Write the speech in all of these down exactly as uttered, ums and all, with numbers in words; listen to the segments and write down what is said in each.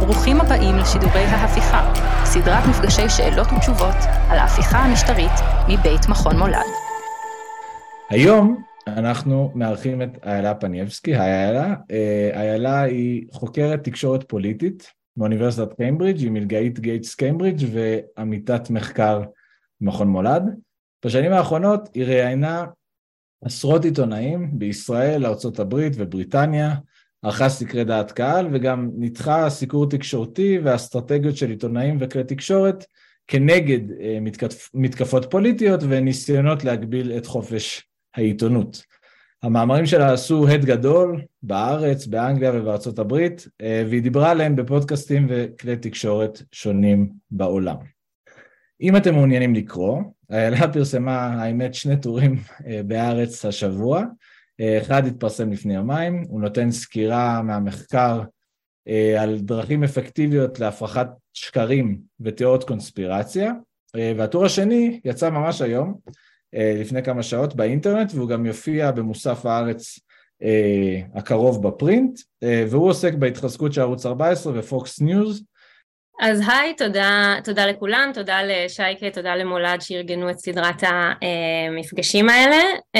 ברוכים הבאים לשידורי ההפיכה, סדרת מפגשי שאלות ותשובות על ההפיכה המשטרית מבית מכון מולד. היום אנחנו מארחים את איילה פניבסקי. היי איילה. איילה היא חוקרת תקשורת פוליטית באוניברסיטת קיימברידג', היא מלגאית גייטס קיימברידג' ועמיתת מחקר במכון מולד. בשנים האחרונות היא ראיינה עשרות עיתונאים בישראל, ארצות הברית ובריטניה, ערכה סקרי דעת קהל וגם ניתחה סיקור תקשורתי והאסטרטגיות של עיתונאים וכלי תקשורת כנגד מתקפ... מתקפות פוליטיות וניסיונות להגביל את חופש העיתונות. המאמרים שלה עשו הד גדול בארץ, באנגליה ובארצות הברית, והיא דיברה עליהם בפודקאסטים וכלי תקשורת שונים בעולם. אם אתם מעוניינים לקרוא, איילה פרסמה האמת שני טורים בארץ השבוע, אחד התפרסם לפני יומיים, הוא נותן סקירה מהמחקר על דרכים אפקטיביות להפרחת שקרים ותיאוריות קונספירציה, והטור השני יצא ממש היום, לפני כמה שעות באינטרנט, והוא גם יופיע במוסף הארץ הקרוב בפרינט, והוא עוסק בהתחזקות של ערוץ ארבע עשרה ופוקס ניוז. אז היי, תודה, תודה לכולם, תודה לשייקה, תודה למולד שארגנו את סדרת המפגשים האלה.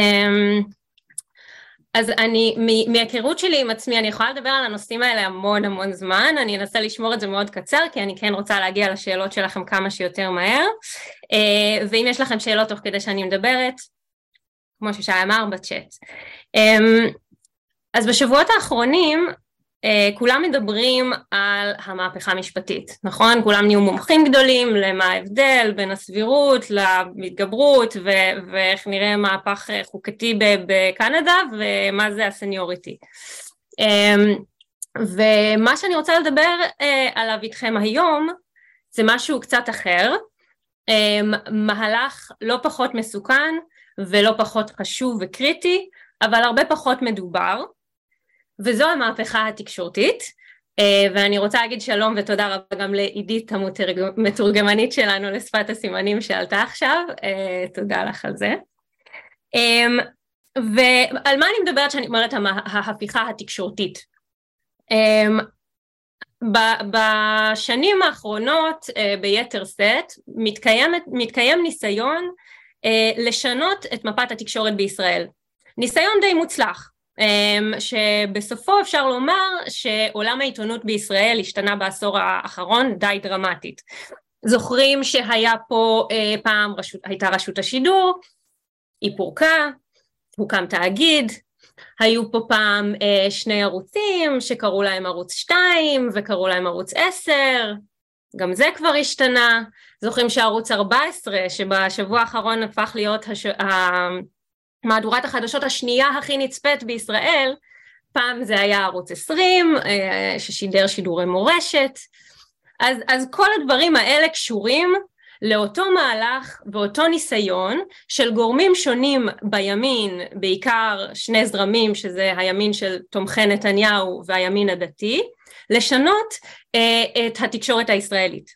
אז אני, מהיכרות שלי עם עצמי, אני יכולה לדבר על הנושאים האלה המון המון זמן, אני אנסה לשמור את זה מאוד קצר, כי אני כן רוצה להגיע לשאלות שלכם כמה שיותר מהר, ואם יש לכם שאלות תוך כדי שאני מדברת, כמו ששי אמר בצ'אט. אז בשבועות האחרונים, כולם מדברים על המהפכה המשפטית, נכון? כולם נהיו מומחים גדולים למה ההבדל בין הסבירות למתגברות ו- ואיך נראה מהפך חוקתי בקנדה ומה זה הסניוריטי. ומה שאני רוצה לדבר עליו איתכם היום זה משהו קצת אחר, מהלך לא פחות מסוכן ולא פחות חשוב וקריטי, אבל הרבה פחות מדובר, וזו המהפכה התקשורתית, ואני רוצה להגיד שלום ותודה רבה גם לעידית המתורגמנית שלנו לשפת הסימנים שעלתה עכשיו, תודה לך על זה. ועל מה אני מדברת שאני אומרת ההפיכה התקשורתית? בשנים האחרונות ביתר סט מתקיים, מתקיים ניסיון לשנות את מפת התקשורת בישראל, ניסיון די מוצלח, שבסופו אפשר לומר שעולם העיתונות בישראל השתנה בעשור האחרון די דרמטית. זוכרים שהיה פה פעם רשות, הייתה רשות השידור, היא פורקה, הוקם תאגיד, היו פה פעם שני ערוצים שקראו להם ערוץ שתיים וקראו להם ערוץ עשר, גם זה כבר השתנה. זוכרים שערוץ ארבע עשרה שבשבוע האחרון הפך להיות הש... מהדורת החדשות השנייה הכי נצפית בישראל, פעם זה היה ערוץ עשרים, ששידר שידורי מורשת, אז, אז כל הדברים האלה קשורים לאותו מהלך ואותו ניסיון של גורמים שונים בימין, בעיקר שני זרמים, שזה הימין של תומכי נתניהו והימין הדתי, לשנות אה, את התקשורת הישראלית.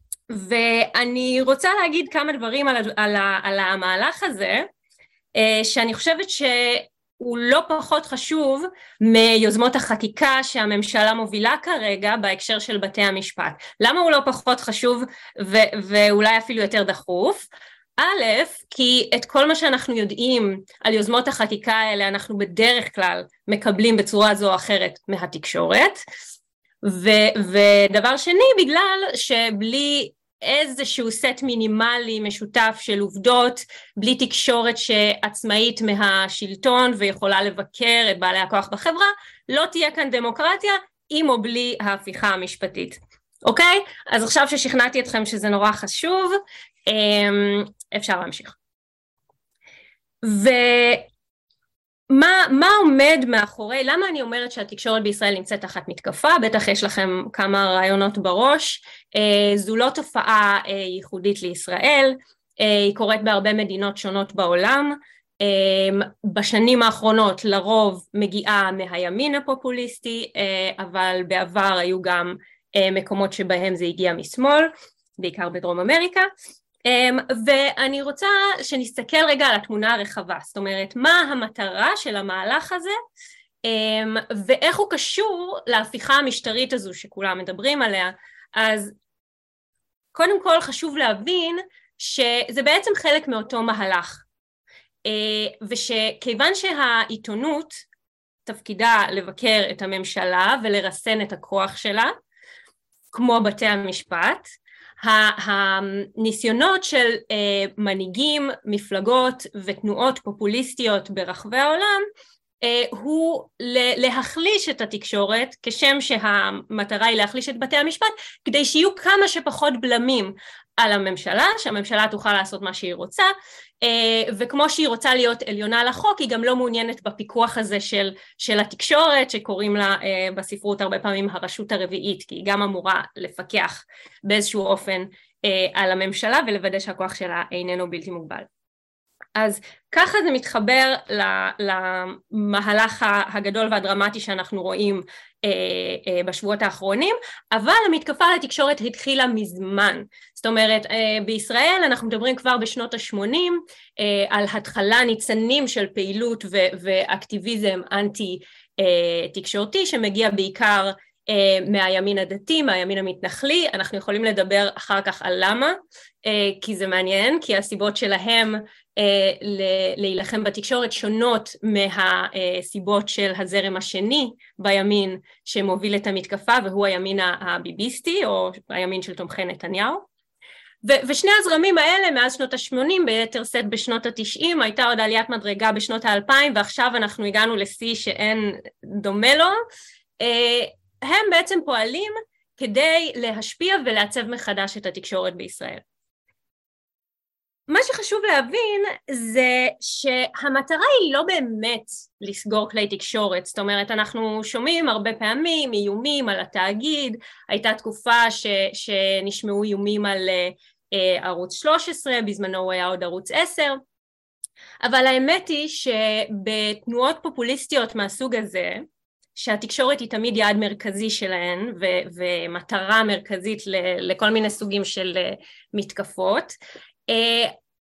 ואני רוצה להגיד כמה דברים על, על, על המהלך הזה, שאני חושבת שהוא לא פחות חשוב מיוזמות החקיקה שהממשלה מובילה כרגע בהקשר של בתי המשפט. למה הוא לא פחות חשוב ו- ואולי אפילו יותר דחוף? א', כי את כל מה שאנחנו יודעים על יוזמות החקיקה האלה אנחנו בדרך כלל מקבלים בצורה זו או אחרת מהתקשורת, ו- ודבר שני, בגלל שבלי איזשהו סט מינימלי משותף של עובדות, בלי תקשורת שעצמאית מהשלטון ויכולה לבקר את בעלי הכוח בחברה, לא תהיה כאן דמוקרטיה עם או בלי ההפיכה המשפטית. אוקיי? אז עכשיו ששכנעתי אתכם שזה נורא חשוב, אפשר להמשיך. ו... מה, מה עומד מאחורי, למה אני אומרת שהתקשורת בישראל נמצאת תחת מתקפה? בטח יש לכם כמה רעיונות בראש, זו לא תופעה ייחודית לישראל, היא קורית בהרבה מדינות שונות בעולם, בשנים האחרונות לרוב מגיעה מהימין הפופוליסטי, אבל בעבר היו גם מקומות שבהם זה הגיע משמאל, בעיקר בדרום אמריקה, ואני רוצה שנסתכל רגע על התמונה הרחבה, זאת אומרת, מה המטרה של המהלך הזה ואיך הוא קשור להפיכה המשטרית הזו שכולם מדברים עליה. אז קודם כל חשוב להבין שזה בעצם חלק מאותו מהלך, ושכיוון שהעיתונות תפקידה לבקר את הממשלה ולרסן את הכוח שלה, כמו בתי המשפט, הניסיונות של מנהיגים, מפלגות ותנועות פופוליסטיות ברחבי העולם, הוא להחליש את התקשורת, כשם שהמטרה היא להחליש את בתי המשפט, כדי שיהיו כמה שפחות בלמים על הממשלה, שהממשלה תוכל לעשות מה שהיא רוצה, וכמו שהיא רוצה להיות עליונה לחוק, היא גם לא מעוניינת בפיקוח הזה של, של התקשורת, שקוראים לה בספרות הרבה פעמים הרשות הרביעית, כי היא גם אמורה לפקח באיזשהו אופן על הממשלה, ולוודא שהכוח שלה איננו בלתי מוגבל. אז ככה זה מתחבר למהלך הגדול והדרמטי שאנחנו רואים בשבועות האחרונים, אבל המתקפה על התקשורת התחילה מזמן. זאת אומרת, בישראל אנחנו מדברים כבר בשנות ה-שמונים על התחלה ניצנים של פעילות ואקטיביזם אנטי תקשורתי, שמגיע בעיקר מהימין הדתי, מהימין המתנחלי. אנחנו יכולים לדבר אחר כך על למה, כי זה מעניין, כי הסיבות שלהם להילחם בתקשורת שונות מהסיבות של הזרם השני בימין שמוביל את המתקפה, והוא הימין הביביסטי או הימין של תומכי נתניהו. ושני הזרמים האלה מאז שנות ה-שמונים, ביתר שאת בשנות ה-תשעים, הייתה עוד עליית מדרגה בשנות ה-אלפיים, ועכשיו אנחנו הגענו לשיא שאין דומה לו. הם בעצם פועלים כדי להשפיע ולעצב מחדש את התקשורת בישראל. מה שחשוב להבין זה שהמטרה היא לא באמת לסגור כלי תקשורת, זאת אומרת אנחנו שומעים הרבה פעמים איומים על התאגיד, הייתה תקופה ש, שנשמעו איומים על uh, ערוץ שלוש עשרה, בזמנו הוא היה עוד ערוץ עשר, אבל האמת היא שבתנועות פופוליסטיות מהסוג הזה, שהתקשורת היא תמיד יעד מרכזי שלהן ו- ומטרה מרכזית ל- לכל מיני סוגים של uh, מתקפות, Uh,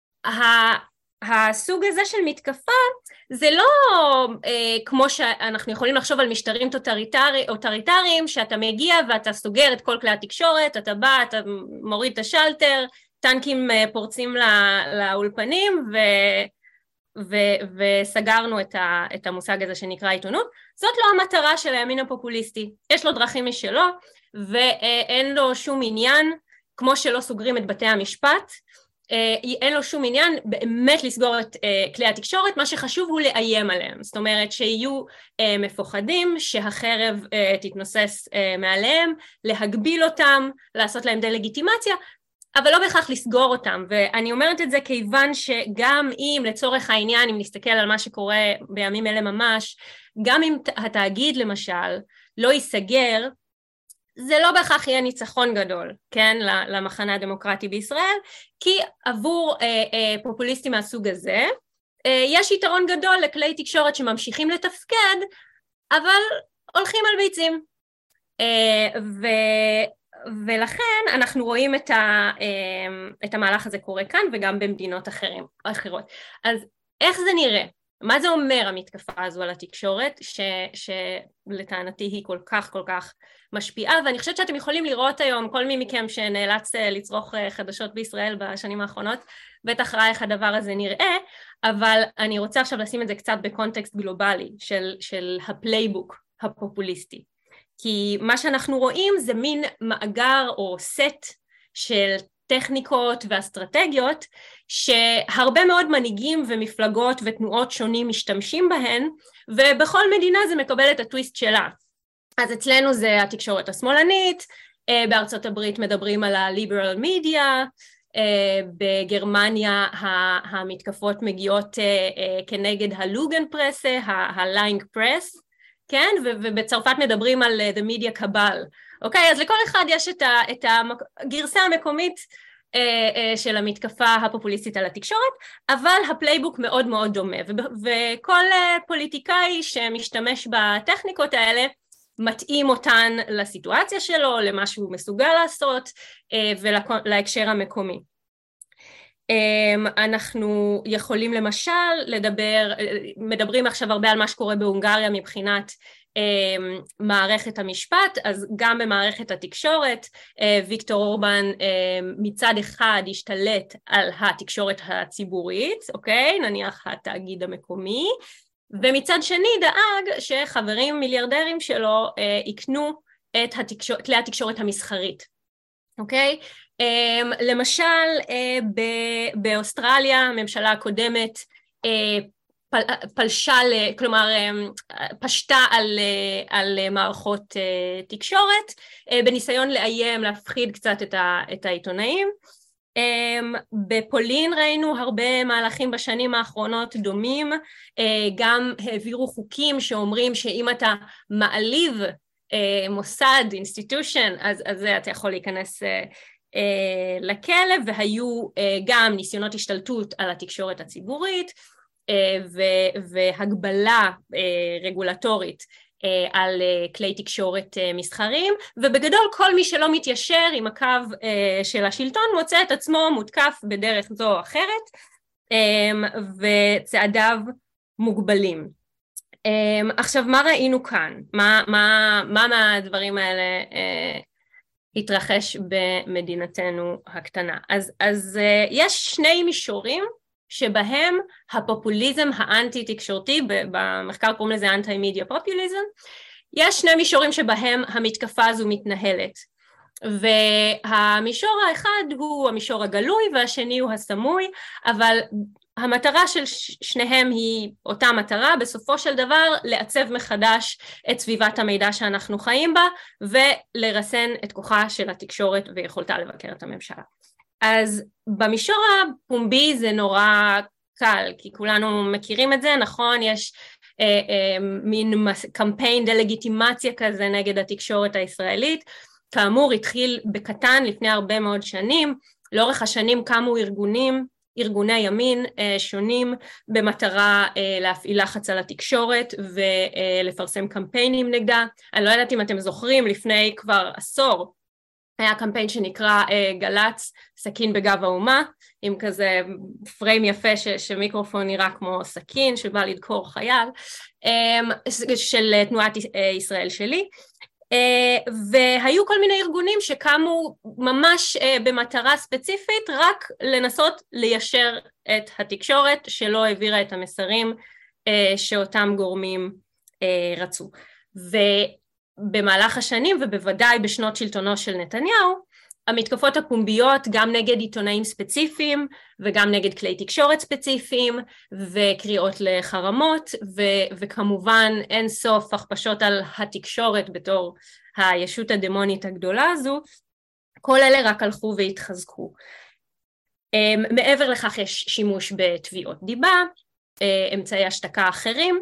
הסוג הזה של מתקפה זה לא uh, כמו שאנחנו יכולים לחשוב על משטרים טוטריטרי, אוטוריטריים, שאתה מגיע ואתה סוגר את כל כלי התקשורת, אתה בא, אתה מוריד את השלטר, טנקים uh, פורצים לא, לאולפנים ו, ו, וסגרנו את, ה, את המושג הזה שנקרא עיתונות. זאת לא המטרה של הימין הפופוליסטי, יש לו דרכים משלו ואין לו שום עניין, כמו שלא סוגרים את בתי המשפט, אין לו שום עניין באמת לסגור את כלי התקשורת, מה שחשוב הוא לאיים עליהם, זאת אומרת שיהיו מפוחדים, שהחרב תתנוסס מעליהם, להגביל אותם, לעשות להם דה-לגיטימציה, אבל לא בהכרח לסגור אותם. ואני אומרת את זה כיוון שגם אם לצורך העניין, אם נסתכל על מה שקורה בימים אלה ממש, גם אם התאגיד למשל לא ייסגר, זה לא בהכרח יהיה ניצחון גדול, כן, למחנה הדמוקרטי בישראל, כי עבור אה, אה, פופוליסטים מהסוג הזה, אה, יש יתרון גדול לכלי תקשורת שממשיכים לתפקד, אבל הולכים על ביצים. אה, ו, ולכן אנחנו רואים את, ה, אה, את המהלך הזה קורה כאן, וגם במדינות אחרים, אחרות. אז איך זה נראה? מה זה אומר המתקפה הזו על התקשורת, ש, שלטענתי היא כל כך כל כך משפיעה, ואני חושבת שאתם יכולים לראות היום, כל מי מכם שנאלץ לצרוך חדשות בישראל בשנים האחרונות, בטח ראה איך הדבר הזה נראה, אבל אני רוצה עכשיו לשים את זה קצת בקונטקסט גלובלי, של, של הפלייבוק הפופוליסטי, כי מה שאנחנו רואים זה מין מאגר או סט של טכניקות ואסטרטגיות שהרבה מאוד מנהיגים ומפלגות ותנועות שונים משתמשים בהן, ובכל מדינה זה מקבל את הטוויסט שלה. אז אצלנו זה התקשורת השמאלנית, בארצות הברית מדברים על ה-liberal media, בגרמניה המתקפות מגיעות כנגד הלוגנפרסה, ה-lying press, כן? ובצרפת מדברים על the media cabal. אוקיי, אז לכל אחד יש את, ה, את הגרסה המקומית אה, אה, של המתקפה הפופוליסטית על התקשורת, אבל הפלייבוק מאוד מאוד דומה, ו, וכל אה, פוליטיקאי שמשתמש בטכניקות האלה, מתאים אותן לסיטואציה שלו, למה שהוא מסוגל לעשות, אה, ולהקשר המקומי. אנחנו יכולים למשל לדבר, מדברים עכשיו הרבה על מה שקורה בהונגריה מבחינת מערכת המשפט, אז גם במערכת התקשורת, ויקטור אורבן מצד אחד השתלט על התקשורת הציבורית, אוקיי? נניח התאגיד המקומי, ומצד שני דאג שחברים מיליארדרים שלו יקנו את התקשורת, כלי התקשורת המסחרית, אוקיי? למשל באוסטרליה הממשלה הקודמת פלשה, כלומר פשטה על, על מערכות תקשורת בניסיון לאיים, להפחיד קצת את, ה, את העיתונאים. בפולין ראינו הרבה מהלכים בשנים האחרונות דומים, גם העבירו חוקים שאומרים שאם אתה מעליב מוסד, institution, אז, אז אתה יכול להיכנס לכלא, והיו גם ניסיונות השתלטות על התקשורת הציבורית, והגבלה רגולטורית על כלי תקשורת מסחריים, ובגדול כל מי שלא מתיישר עם הקו של השלטון מוצא את עצמו מותקף בדרך זו או אחרת, וצעדיו מוגבלים. עכשיו, מה ראינו כאן? מה, מה, מה מהדברים האלה התרחש במדינתנו הקטנה? אז, אז יש שני מישורים שבהם הפופוליזם האנטי-תקשורתי, במחקר קוראים לזה אנטי-מדיה פופוליזם, יש שני מישורים שבהם המתקפה הזו מתנהלת. והמישור האחד הוא המישור הגלוי והשני הוא הסמוי, אבל המטרה של שניהם היא אותה מטרה, בסופו של דבר לעצב מחדש את סביבת המידע שאנחנו חיים בה, ולרסן את כוחה של התקשורת ויכולתה לבקר את הממשלה. אז במישור הפומבי זה נורא קל, כי כולנו מכירים את זה, נכון? יש אה, אה, מין קמפיין דה-לגיטימציה כזה נגד התקשורת הישראלית, כאמור התחיל בקטן לפני הרבה מאוד שנים, לאורך השנים קמו ארגונים, ארגוני ימין אה, שונים במטרה אה, להפעיל לחץ על התקשורת ולפרסם קמפיינים נגדה. אני לא יודעת אם אתם זוכרים, לפני כבר עשור, היה קמפיין שנקרא uh, גלץ, סכין בגב האומה, עם כזה פריים יפה ש, שמיקרופון נראה כמו סכין, שבא לדקור חייל, um, של תנועת uh, ישראל שלי, uh, והיו כל מיני ארגונים שקמו ממש uh, במטרה ספציפית, רק לנסות ליישר את התקשורת, שלא העבירה את המסרים uh, שאותם גורמים uh, רצו. ו... במהלך השנים ובוודאי בשנות שלטונו של נתניהו, המתקפות הפומביות גם נגד עיתונאים ספציפיים וגם נגד כלי תקשורת ספציפיים וקריאות לחרמות ו- וכמובן אין סוף הכפשות על התקשורת בתור הישות הדמונית הגדולה הזו, כל אלה רק הלכו והתחזקו. מעבר לכך יש שימוש בתביעות דיבה, אמצעי השתקה אחרים,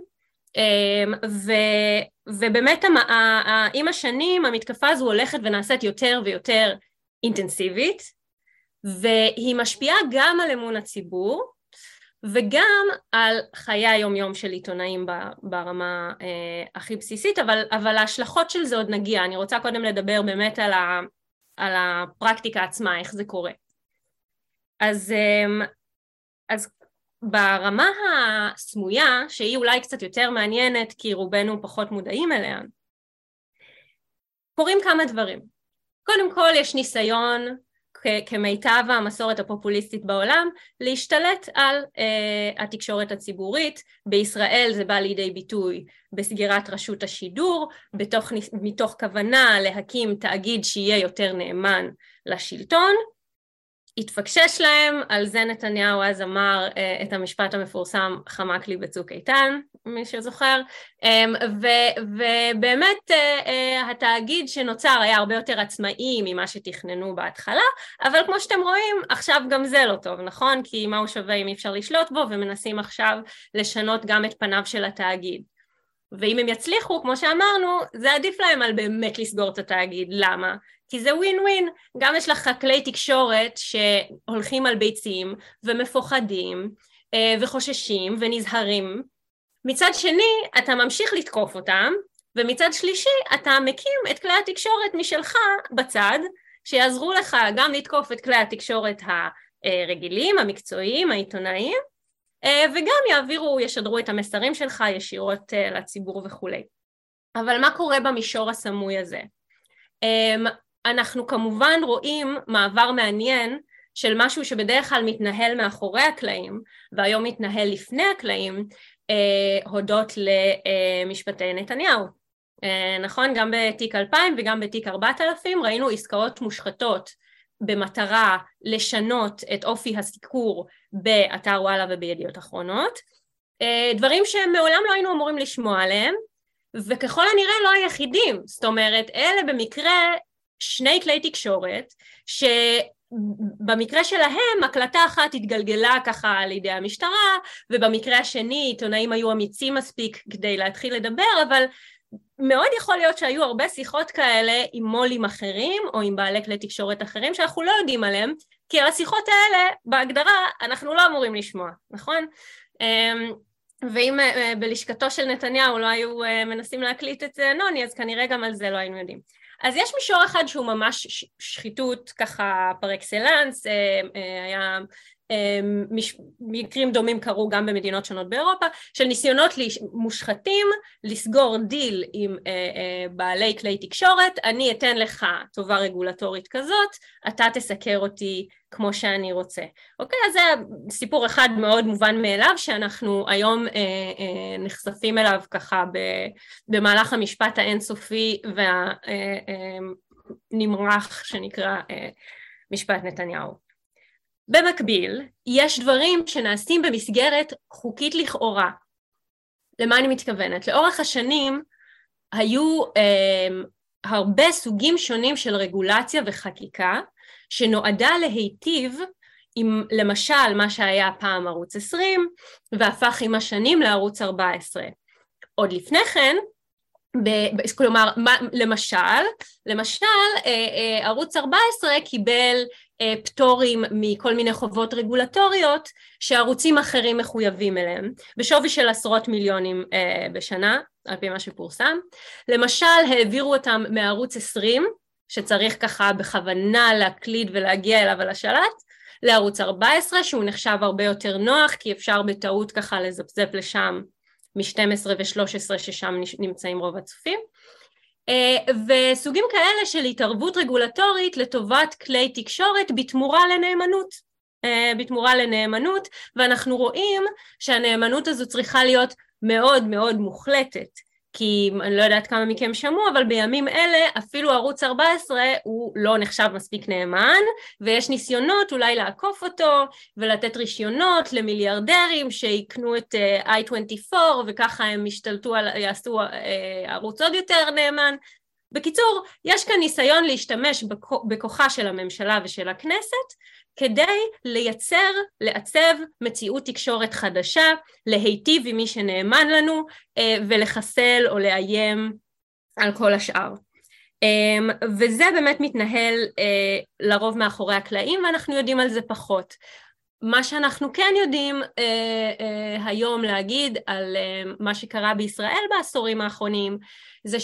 ו, ובאמת עם השנים המתקפה הזו הולכת ונעשית יותר ויותר אינטנסיבית, והיא משפיעה גם על אמון הציבור וגם על חיי היום-יום של עיתונאים ברמה הכי בסיסית, אבל, אבל ההשלכות של זה עוד נגיע. אני רוצה קודם לדבר באמת על, ה, על הפרקטיקה עצמה, איך זה קורה. אז, אז ברמה הסמויה, שהיא אולי קצת יותר מעניינת, כי רובנו פחות מודעים אליה, קורים כמה דברים. קודם כל, יש ניסיון, כ- כמיטב המסורת הפופוליסטית בעולם, להשתלט על uh, התקשורת הציבורית. בישראל זה בא לידי ביטוי בסגירת רשות השידור, בתוך, מתוך כוונה להקים תאגיד שיהיה יותר נאמן לשלטון, התפקשש להם, על זה נתניהו אז אמר uh, את המשפט המפורסם, חמק לי בצוק איתן, מי שזוכר, um, ו- ובאמת uh, uh, התאגיד שנוצר היה הרבה יותר עצמאי ממה שתכננו בהתחלה, אבל כמו שאתם רואים, עכשיו גם זה לא טוב, נכון? כי מה הוא שווה אם אי אפשר לשלוט בו, ומנסים עכשיו לשנות גם את פניו של התאגיד. ואם הם יצליחו, כמו שאמרנו, זה עדיף להם על באמת לסגור את התאגיד. למה? כי זה ווין ווין. גם יש לך כלי תקשורת שהולכים על ביצים ומפוחדים וחוששים ונזהרים. מצד שני, אתה ממשיך לתקוף אותם, ומצד שלישי, אתה מקים את כלי התקשורת משלך בצד, שיעזרו לך גם לתקוף את כלי התקשורת רגילים, המקצועיים, העיתונאיים, וגם יעבירו, ישדרו את המסרים שלך ישירות לציבור וכו'. אבל מה קורה במישור הסמוי הזה? אנחנו כמובן רואים מעבר מעניין של משהו שבדרך כלל מתנהל מאחורי הקלעים, והיום מתנהל לפני הקלעים, הודות למשפטי נתניהו. נכון, גם בתיק אלפיים וגם בתיק ארבעת אלפים ראינו עסקאות מושחתות במטרה לשנות את אופי הסיקור באתר וואלה ובידיעות אחרונות, דברים שמעולם לא היינו אמורים לשמוע עליהם, וככל הנראה לא היחידים, זאת אומרת, אלה במקרה שני כלי תקשורת, שבמקרה שלהם הקלטה אחת התגלגלה ככה על ידי המשטרה, ובמקרה השני עיתונאים היו אמיצים מספיק כדי להתחיל לדבר, אבל מאוד יכול להיות שהיו הרבה שיחות כאלה עם מולים אחרים, או עם בעלי כלי תקשורת אחרים, שאנחנו לא יודעים עליהם, כי על השיחות האלה, בהגדרה, אנחנו לא אמורים לשמוע, נכון? ואם בלשכתו של נתניהו לא היו מנסים להקליט את נוני, אז כנראה גם על זה לא היינו יודעים. אז יש מישור אחד שהוא ממש שחיתות ככה פר אקסלנס, היה מקרים דומים קרו גם במדינות שונות באירופה, של ניסיונות מושחתים לסגור דיל עם בעלי כלי תקשורת, אני אתן לך טובה רגולטורית כזאת, אתה תסקר אותי כמו שאני רוצה. אוקיי, אז זה סיפור אחד מאוד מובן מאליו, שאנחנו היום נחשפים אליו ככה במהלך המשפט האינסופי והנמרח שנקרא משפט נתניהו. במקביל, יש דברים שנעשים במסגרת חוקית לכאורה. למה אני מתכוונת? לאורך השנים היו אה, הרבה סוגים שונים של רגולציה וחקיקה, שנועדה להיטיב עם למשל מה שהיה פעם ערוץ עשרים, והפך עם השנים לערוץ ארבע עשרה. עוד לפני כן, ב- כלומר, מה, למשל, למשל, אה, אה, ערוץ ארבע עשרה קיבל פטורים מכל מיני חובות רגולטוריות שערוצים אחרים מחויבים אליהם, בשווי של עשרות מיליונים אה, בשנה, על פי מה שפורסם. למשל, העבירו אותם מערוץ עשרים, שצריך ככה בכוונה להקליד ולהגיע אליו על השלט, לערוץ ארבע עשרה, שהוא נחשב הרבה יותר נוח, כי אפשר בטעות ככה לזפזפ לשם מ-שתים עשרה ו-שלוש עשרה, ששם נמצאים רוב הצופים. וסוגים כאלה של התערבות רגולטורית לטובת כלי תקשורת בתמורה לנאמנות, בתמורה לנאמנות, ואנחנו רואים שהנאמנות הזו צריכה להיות מאוד מאוד מוחלטת, כי אני לא יודעת כמה מכם שמעו, אבל בימים אלה אפילו ערוץ ארבע עשרה הוא לא נחשב מספיק נאמן, ויש ניסיונות אולי לעקוף אותו ולתת רישיונות למיליארדרים שיקנו את איי עשרים וארבע, וככה הם ישתלטו על, יעשו ערוץ עוד יותר נאמן. בקיצור, יש כאן ניסיון להשתמש בכוחה של הממשלה ושל הכנסת, כדי לייצר, לעצב מציאות תקשורת חדשה, להיטיב עם מי שנאמן לנו, ולחסל או לאיים על כל השאר. וזה באמת מתנהל לרוב מאחורי הקלעים, ואנחנו יודעים על זה פחות. מה שאנחנו כן יודעים היום להגיד על מה שקרה בישראל בעשורים האחרונים, זה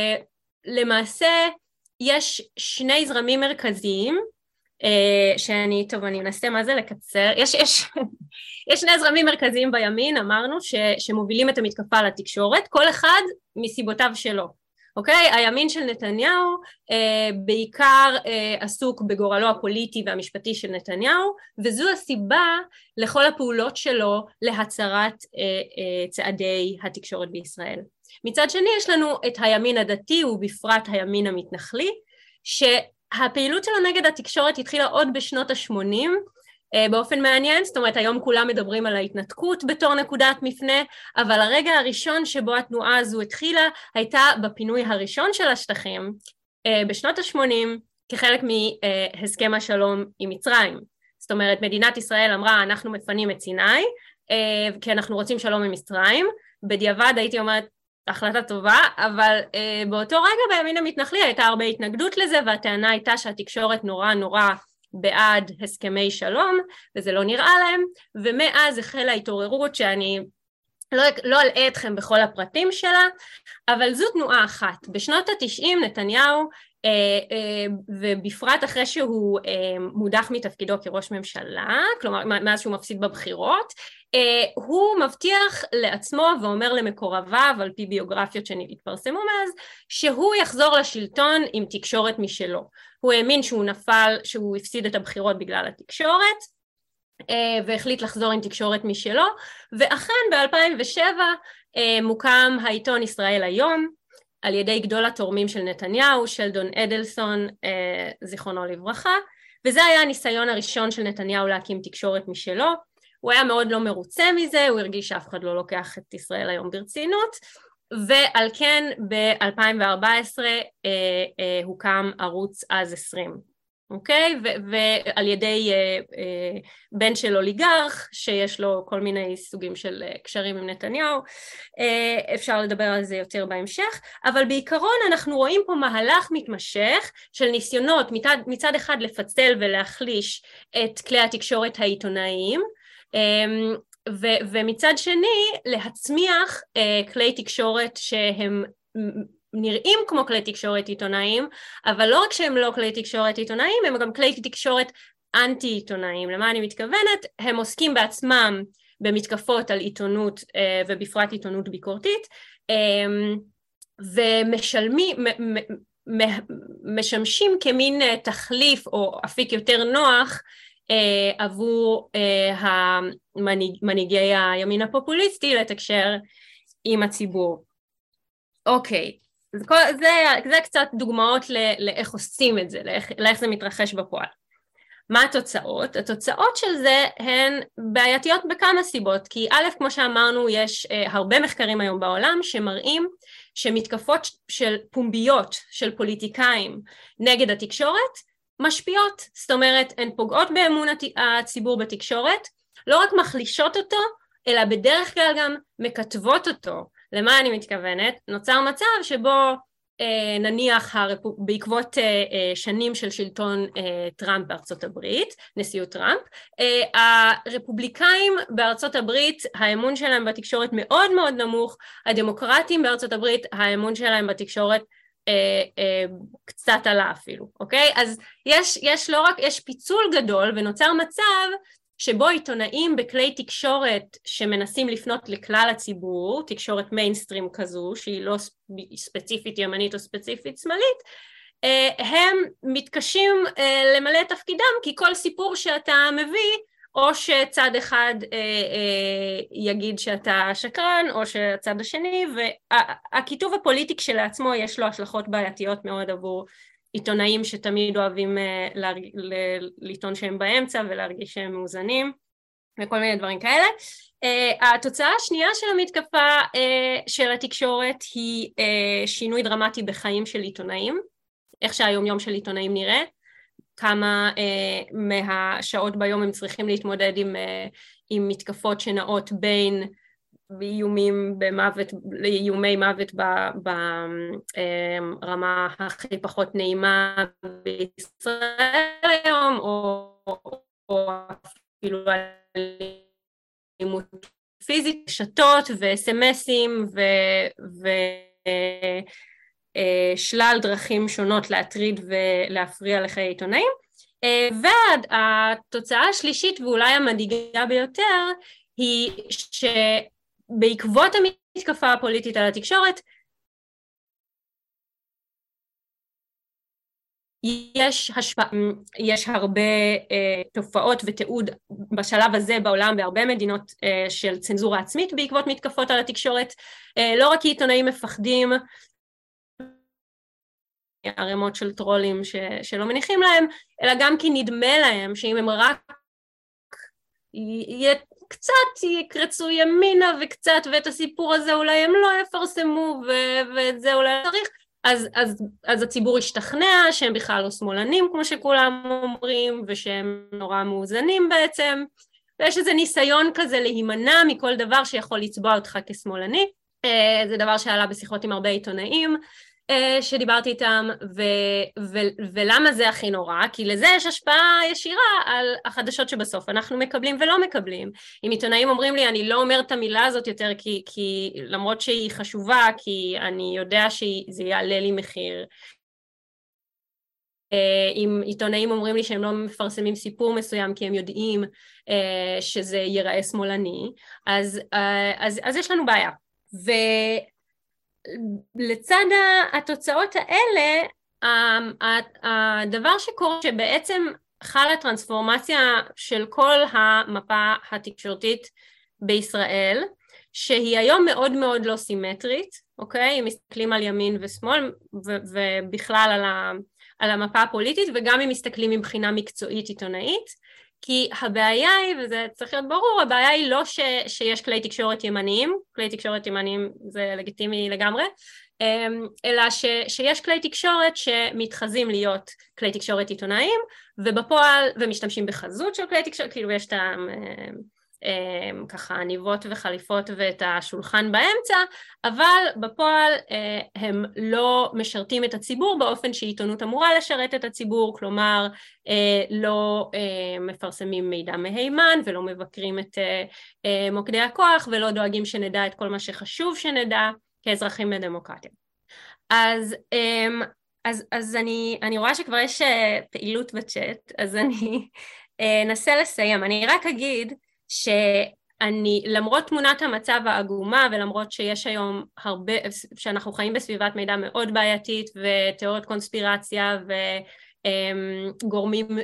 שלמעשה יש שני זרמים מרכזיים, Uh, שאני, טוב, אני אנסה מה זה לקצר, יש, יש, יש שני זרמים מרכזיים בימין, אמרנו, ש, שמובילים את המתקפה לתקשורת, כל אחד מסיבותיו שלו, אוקיי? הימין של נתניהו uh, בעיקר uh, עסוק בגורלו הפוליטי והמשפטי של נתניהו, וזו הסיבה לכל הפעולות שלו להצרת uh, uh, צעדי התקשורת בישראל. מצד שני יש לנו את הימין הדתי ובפרט הימין המתנחלי, ש... הפעילות שלו נגד התקשורת התחילה עוד בשנות ה-שמונים, באופן מעניין, זאת אומרת היום כולם מדברים על ההתנתקות בתור נקודת מפנה, אבל הרגע הראשון שבו התנועה הזו התחילה, הייתה בפינוי הראשון של השטחים, בשנות ה-שמונים, כחלק מהסכם השלום עם מצרים. זאת אומרת, מדינת ישראל אמרה, אנחנו מפנים את סיני, כי אנחנו רוצים שלום עם מצרים, בדיעבד הייתי אומרת, החלטה טובה, אבל uh, באותו רגע בימין המתנחלי הייתה הרבה התנגדות לזה, והטענה הייתה שהתקשורת נורא נורא בעד הסכמי שלום, וזה לא נראה להם, ומאז החלה התעוררות שאני לא, לא אלאה אתכם בכל הפרטים שלה, אבל זו תנועה אחת. בשנות ה-תשעים נתניהו, אה, אה, ובפרט אחרי שהוא אה, מודח מתפקידו כראש ממשלה, כלומר מאז שהוא מפסיד בבחירות, אה, הוא מבטיח לעצמו ואומר למקורביו, על פי ביוגרפיות שהתפרסמו מאז, שהוא יחזור לשלטון עם תקשורת משלו. הוא האמין שהוא נפל, שהוא הפסיד את הבחירות בגלל התקשורת, והחליט לחזור עם תקשורת משלו, ואכן ב-אלפיים ושבע מוקם העיתון ישראל היום, על ידי גדול התורמים של נתניהו, שלדון אדלסון, זיכרונו לברכה, וזה היה הניסיון הראשון של נתניהו להקים תקשורת משלו. הוא היה מאוד לא מרוצה מזה, הוא הרגיש שאף אחד לא לוקח את ישראל היום ברצינות, ועל כן ב-אלפיים וארבע עשרה הוקם ערוץ אז עשרים. אוקיי? ועל ידי בן של אוליגרך, שיש לו כל מיני סוגים של קשרים עם נתניהו, אפשר לדבר על זה יותר בהמשך, אבל בעיקרון אנחנו רואים פה מהלך מתמשך של ניסיונות מצד, מצד אחד לפצל ולהחליש את כלי התקשורת העיתונאיים, ו, ומצד שני להצמיח כלי תקשורת שהם נראים כמו כלי תקשורת עיתונאים, אבל לא רק שהם לא כלי תקשורת עיתונאים, הם גם כלי תקשורת אנטי עיתונאים. למה אני מתכוונת? הם עוסקים בעצמם במתקפות על עיתונות, ובפרט עיתונות ביקורתית, ומשלמים, משמשים כמין תחליף או אפיק יותר נוח עבור המנהיגי הימין הפופוליסטי לתקשר עם הציבור. אוקיי. זה, זה קצת דוגמאות לאיך עושים את זה, לאיך, לאיך זה מתרחש בפועל. מה התוצאות? התוצאות של זה הן בעייתיות בכמה סיבות, כי א', כמו שאמרנו, יש אה, הרבה מחקרים היום בעולם שמראים שמתקפות של פומביות של פוליטיקאים נגד התקשורת משפיעות, זאת אומרת, הן פוגעות באמון הציבור בתקשורת, לא רק מחלישות אותו, אלא בדרך כלל גם מקטבות אותו. למה אני מתכוונת? נוצר מצב שבו אה, נניח הרפוב... בעקבות אה, אה, שנים של שלטון אה, טראמפ בארצות הברית, נשיאות טראמפ, אה, הרפובליקאים בארצות הברית, האמון שלהם בתקשורת מאוד מאוד נמוך, הדמוקרטים בארצות הברית, האמון שלהם בתקשורת אה, אה, קצת עלה אפילו, אוקיי? אז יש, יש לא רק, יש פיצול גדול ונוצר מצב שבו עיתונאים בכלי תקשורת שמנסים לפנות לכלל הציבור, תקשורת מיינסטרים כזו, שהיא לא ספציפית ימנית או ספציפית שמאלית, הם מתקשים למלא את תפקידם, כי כל סיפור שאתה מביא, או שצד אחד יגיד שאתה שקרן, או שהצד השני, והכיתוב הפוליטי כשלעצמו יש לו השלכות בעייתיות מאוד עבור עיתונאים שתמיד אוהבים לטעון שהם באמצע ולהרגיש שהם מאוזנים וכל מיני דברים כאלה. התוצאה השנייה של המתקפה של התקשורת היא שינוי דרמטי בחיים של עיתונאים, איך שהיום יום של עיתונאים נראה, כמה מהשעות ביום הם צריכים להתמודד עם, עם מתקפות שנעות בין באיומים במוות, לאיומי מוות ברמה הכי פחות נעימה בישראל היום, או, או אפילו אלימות פיזית, שתות ו-אס-אם-אסים ושלל דרכים שונות להטריד ולהפריע לחיי עיתונאים. והתוצאה השלישית ואולי המדאיגה ביותר היא ש בעקבות המתקפה הפוליטית על התקשורת, יש, השפע... יש הרבה אה, תופעות ותיעוד בשלב הזה בעולם בהרבה מדינות אה, של צנזורה עצמית בעקבות מתקפות על התקשורת, אה, לא רק כי עיתונאים מפחדים, ערימות של טרולים ש... שלא מניחים להם, אלא גם כי נדמה להם שאם הם רק יהיה קצת יקרצו ימינה וקצת, ואת הסיפור הזה אולי הם לא יפרסמו, ו- ואת זה אולי צריך, אז, אז, אז הציבור ישתכנע שהם בכלל לא שמאלנים, כמו שכולם אומרים, ושהם נורא מאוזנים בעצם, ויש איזה ניסיון כזה להימנע מכל דבר שיכול לצבוע אותך כשמאלני. זה דבר שעלה בשיחות עם הרבה עיתונאים, שדיברתי איתם, ו- ו- ולמה זה הכי נורא? כי לזה יש השפעה ישירה על החדשות שבסוף אנחנו מקבלים ולא מקבלים. אם עיתונאים אומרים לי, אני לא אומר את המילה הזאת יותר, כי, כי למרות שהיא חשובה, כי אני יודע שזה יעלה לי מחיר. אם עיתונאים אומרים לי שהם לא מפרסמים סיפור מסוים, כי הם יודעים שזה ייראה שמאלני, אז, אז, אז יש לנו בעיה. ו... לצד התוצאות האלה, הדבר שקורה שבעצם חלה טרנספורמציה של כל המפה התקשורתית בישראל, שהיא היום מאוד מאוד לא סימטרית, אוקיי? אם מסתכלים על ימין ושמאל ובכלל על, ה, על המפה הפוליטית, וגם אם מסתכלים מבחינה מקצועית עיתונאית, כי הבעיה היא, וזה צריך להיות ברור, הבעיה היא לא ש, שיש כלי תקשורת ימניים, כלי תקשורת ימניים זה לגיטימי לגמרי, אלא ש, שיש כלי תקשורת שמתחזים להיות כלי תקשורת עיתונאיים, ובפועל, ומשתמשים בחזות של כלי תקשורת, כאילו יש את ה... ככה ניבות וחליפות ואת השולחן באמצע, אבל בפועל הם לא משרתים את הציבור באופן שעיתונות אמורה לשרת את הציבור, כלומר לא מפרסמים מידע מהימן ולא מבקרים את מוקדי הכוח ולא דואגים שנדע את כל מה שחשוב שנדע כאזרחים בדמוקרטיה. אז, אז, אז אני, אני רואה שכבר יש פעילות בצ'אט, אז אני אנסה לסיים. אני רק אגיד שאני, למרות תמונת המצב העגומה ולמרות שיש היום הרבה, שאנחנו חיים בסביבת מידע מאוד בעייתית ותיאוריות קונספירציה וגורמים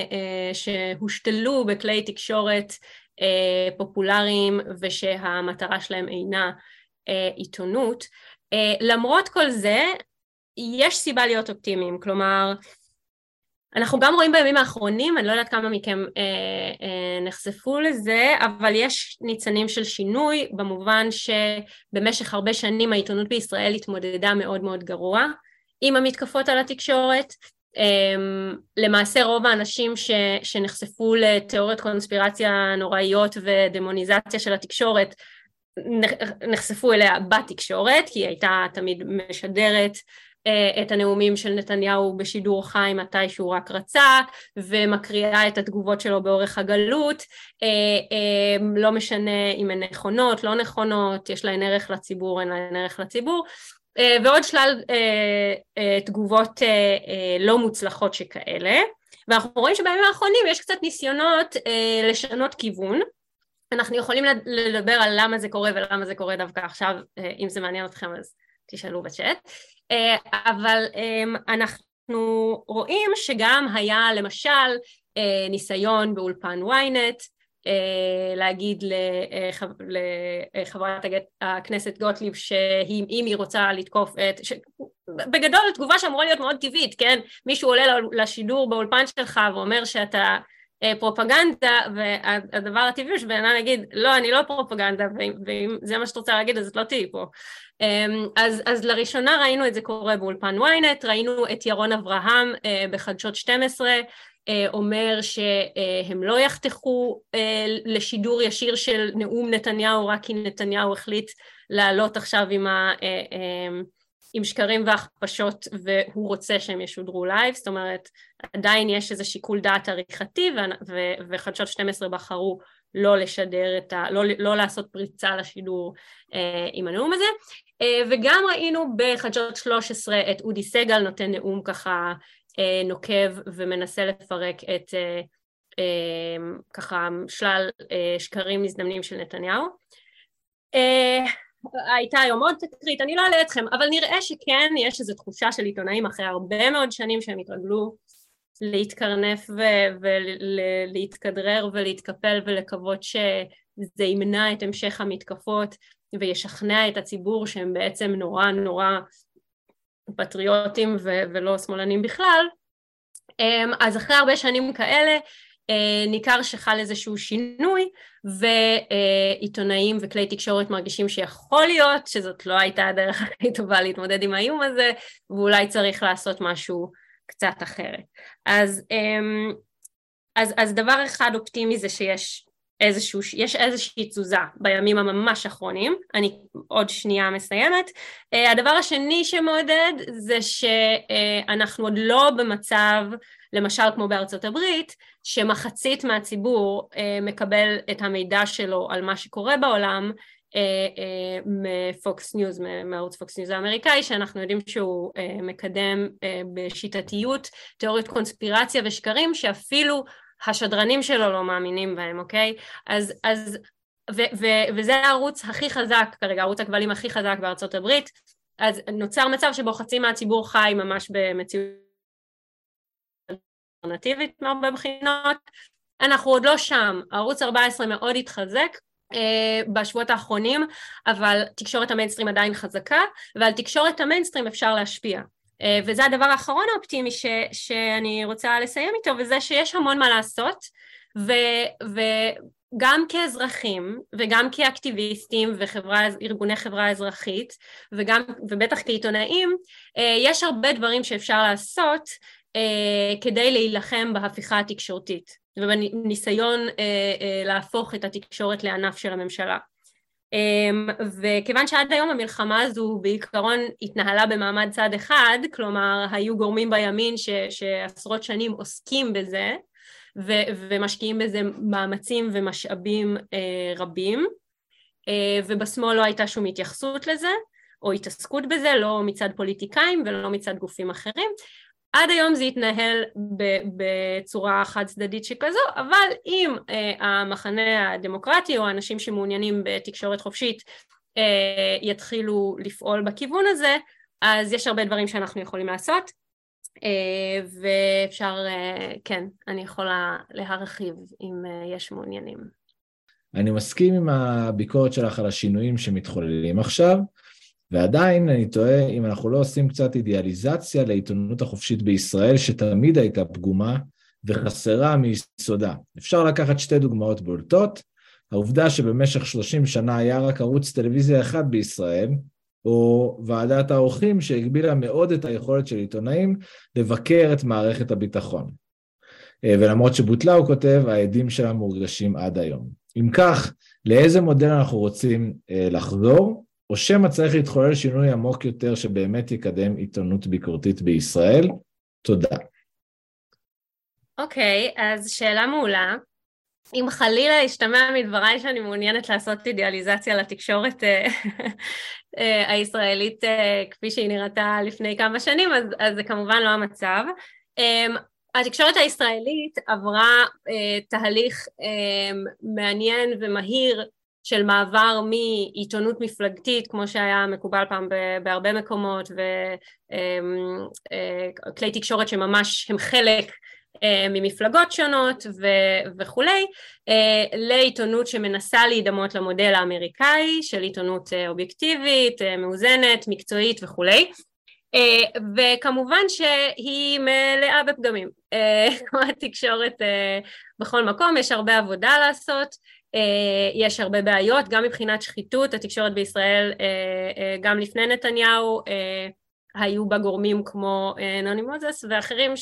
שהושתלו בכלי תקשורת פופולריים ושהמטרה שלהם אינה עיתונות, למרות כל זה יש סיבה להיות אופטימיים, כלומר אנחנו גם רואים בימים האחרונים, אני לא יודעת כמה מכם אה, אה, נחשפו לזה, אבל יש ניצנים של שינוי, במובן שבמשך הרבה שנים העיתונות בישראל התמודדה מאוד מאוד גרוע עם המתקפות על התקשורת. אה, למעשה רוב האנשים ש, שנחשפו לתיאוריות קונספירציה נוראיות ודמוניזציה של התקשורת, נחשפו אליה בתקשורת, כי היא הייתה תמיד משדרת את הנאומים של נתניהו בשידור חי מתי שהוא רק רצה, ומקריאה את התגובות שלו באורך הגלות, לא משנה אם הן נכונות, לא נכונות, יש להן ערך לציבור, אין להן ערך לציבור, ועוד שלל תגובות לא מוצלחות שכאלה, ואנחנו רואים שבימים האחרונים יש קצת ניסיונות לשנות כיוון, אנחנו יכולים לדבר על למה זה קורה ולמה זה קורה דווקא עכשיו, אם זה מעניין אתכם אז תשאלו בצ'אט, אבל אנחנו רואים שגם היה למשל ניסיון באולפן וויינט להגיד לחברת הכנסת גוטליב שאם היא רוצה לתקוף את, בגדול תגובה שאמורה להיות מאוד טבעית, כן? מישהו עולה לשידור באולפן שלך ואומר שאתה פרופגנדה, והדבר הטבעי שבעיניי להגיד, לא, אני לא פרופגנדה, ואם זה מה שאת רוצה להגיד, אז את לא תהיי פה. אז, אז לראשונה ראינו את זה קורה באולפן וויינט, ראינו את ירון אברהם בחדשות שתים עשרה, אומר שהם לא יחתכו לשידור ישיר של נאום נתניהו, רק כי נתניהו החליט לעלות עכשיו עם ה... עם שקרים והכפשות והוא רוצה שהם ישודרו לייב, זאת אומרת עדיין יש איזה שיקול דעת עריכתי ו- וחדשות שתים עשרה בחרו לא לשדר את ה... לא, לא לעשות פריצה לשידור אה, עם הנאום הזה, אה, וגם ראינו בחדשות שלוש עשרה את אודי סגל נותן נאום ככה אה, נוקב ומנסה לפרק את אה, אה, ככה שלל אה, שקרים מזדמנים של נתניהו. אה, הייתה היום עוד תקרית, אני לא אעלה אתכם, אבל נראה שכן יש איזו תחושה של עיתונאים אחרי הרבה מאוד שנים שהם התרגלו להתקרנף ולהתכדרר ולהתקפל ולקוות שזה ימנע את המשך המתקפות וישכנע את הציבור שהם בעצם נורא נורא פטריוטים ולא שמאלנים בכלל. אז אחרי הרבה שנים כאלה ניכר שחל איזשהו שינוי, ועיתונאים וכלי תקשורת מרגישים שיכול להיות שזאת לא הייתה הדרך הכי טובה להתמודד עם האיום הזה, ואולי צריך לעשות משהו קצת אחרת. אז, אז, אז דבר אחד אופטימי זה שיש איזשהו, יש איזושהי תזוזה בימים הממש אחרונים, אני עוד שנייה מסיימת. הדבר השני שמעודד זה שאנחנו עוד לא במצב, למשל כמו בארצות הברית, שמחצית מהציבור מקבל את המידע שלו על מה שקורה בעולם, מפוקס ניוז, מערוץ פוקס ניוז האמריקאי, שאנחנו יודעים שהוא מקדם בשיטתיות תיאוריות קונספירציה ושקרים שאפילו השדרנים שלו לא מאמינים בהם, אוקיי? אז, אז, ו, ו, וזה הערוץ הכי חזק, כרגע ערוץ הכבלים הכי חזק בארצות הברית, אז נוצר מצב שבו חצי מהציבור חי ממש במציאות אלטרנטיבית מהרבה בחינות, אנחנו עוד לא שם, ערוץ ארבע עשרה מאוד התחזק, בשבועות האחרונים, אבל תקשורת המיינסטרים עדיין חזקה, ועל תקשורת המיינסטרים אפשר להשפיע. וזה הדבר האחרון האופטימי ש, שאני רוצה לסיים איתו, וזה שיש המון מה לעשות, ו, וגם כאזרחים, וגם כאקטיביסטים, וחברה, ארגוני חברה אזרחית, וגם, ובטח כעיתונאים, יש הרבה דברים שאפשר לעשות, כדי להילחם בהפיכה התקשורתית. ובניסיון אה, אה, להפוך את התקשורת לענף של הממשלה. אה, וכיוון שעד היום המלחמה הזו בעיקרון התנהלה במעמד צד אחד, כלומר היו גורמים בימין ש, שעשרות שנים עוסקים בזה, ו, ומשקיעים בזה מאמצים ומשאבים אה, רבים, אה, ובשמאל לא הייתה שום התייחסות לזה, או התעסקות בזה, לא מצד פוליטיקאים ולא מצד גופים אחרים, עד היום זה יתנהל בצורה חד צדדית שכזו, אבל אם אה, המחנה הדמוקרטי או האנשים שמעוניינים בתקשורת חופשית אה, יתחילו לפעול בכיוון הזה, אז יש הרבה דברים שאנחנו יכולים לעשות, אה, ואפשר, אה, כן, אני יכולה להרחיב אם אה, יש מעוניינים. אני מסכים עם הביקורת שלך על השינויים שמתחוללים עכשיו, ועדיין אני טועה אם אנחנו לא עושים קצת אידיאליזציה לעיתונות החופשית בישראל, שתמיד הייתה פגומה וחסרה מיסודה. אפשר לקחת שתי דוגמאות בולטות, העובדה שבמשך שלושים שנה היה רק ערוץ טלוויזיה אחד בישראל, או ועדת העורכים שהגבילה מאוד את היכולת של עיתונאים לבקר את מערכת הביטחון. ולמרות שבוטלה, הוא כותב, העדים שלה מורגשים עד היום. אם כך, לאיזה מודל אנחנו רוצים לחזור? או שמה צריך להתחולל שינוי עמוק יותר שבאמת יקדם עיתונות ביקורתית בישראל? תודה. אוקיי, okay, אז שאלה מעולה. אם חלילה ישתמע מדבריי שאני מעוניינת לעשות אידיאליזציה לתקשורת הישראלית כפי שהיא נראתה לפני כמה שנים, אז, אז זה כמובן לא המצב. התקשורת הישראלית עברה תהליך מעניין ומהיר, של מעבר מעיתונות מפלגתית, כמו שהיה מקובל פעם בהרבה מקומות, וכלי תקשורת שממש הם חלק ממפלגות שונות וכו', לעיתונות שמנסה להידמות למודל האמריקאי, של עיתונות אובייקטיבית, מאוזנת, מקצועית וכו'. וכמובן שהיא מלאה בפגמים. כמו התקשורת בכל מקום, יש הרבה עבודה לעשות, יש הרבה בעיות, גם מבחינת שחיתות, התקשורת בישראל, גם לפני נתניהו, היו בה גורמים כמו נוני מוזס ואחרים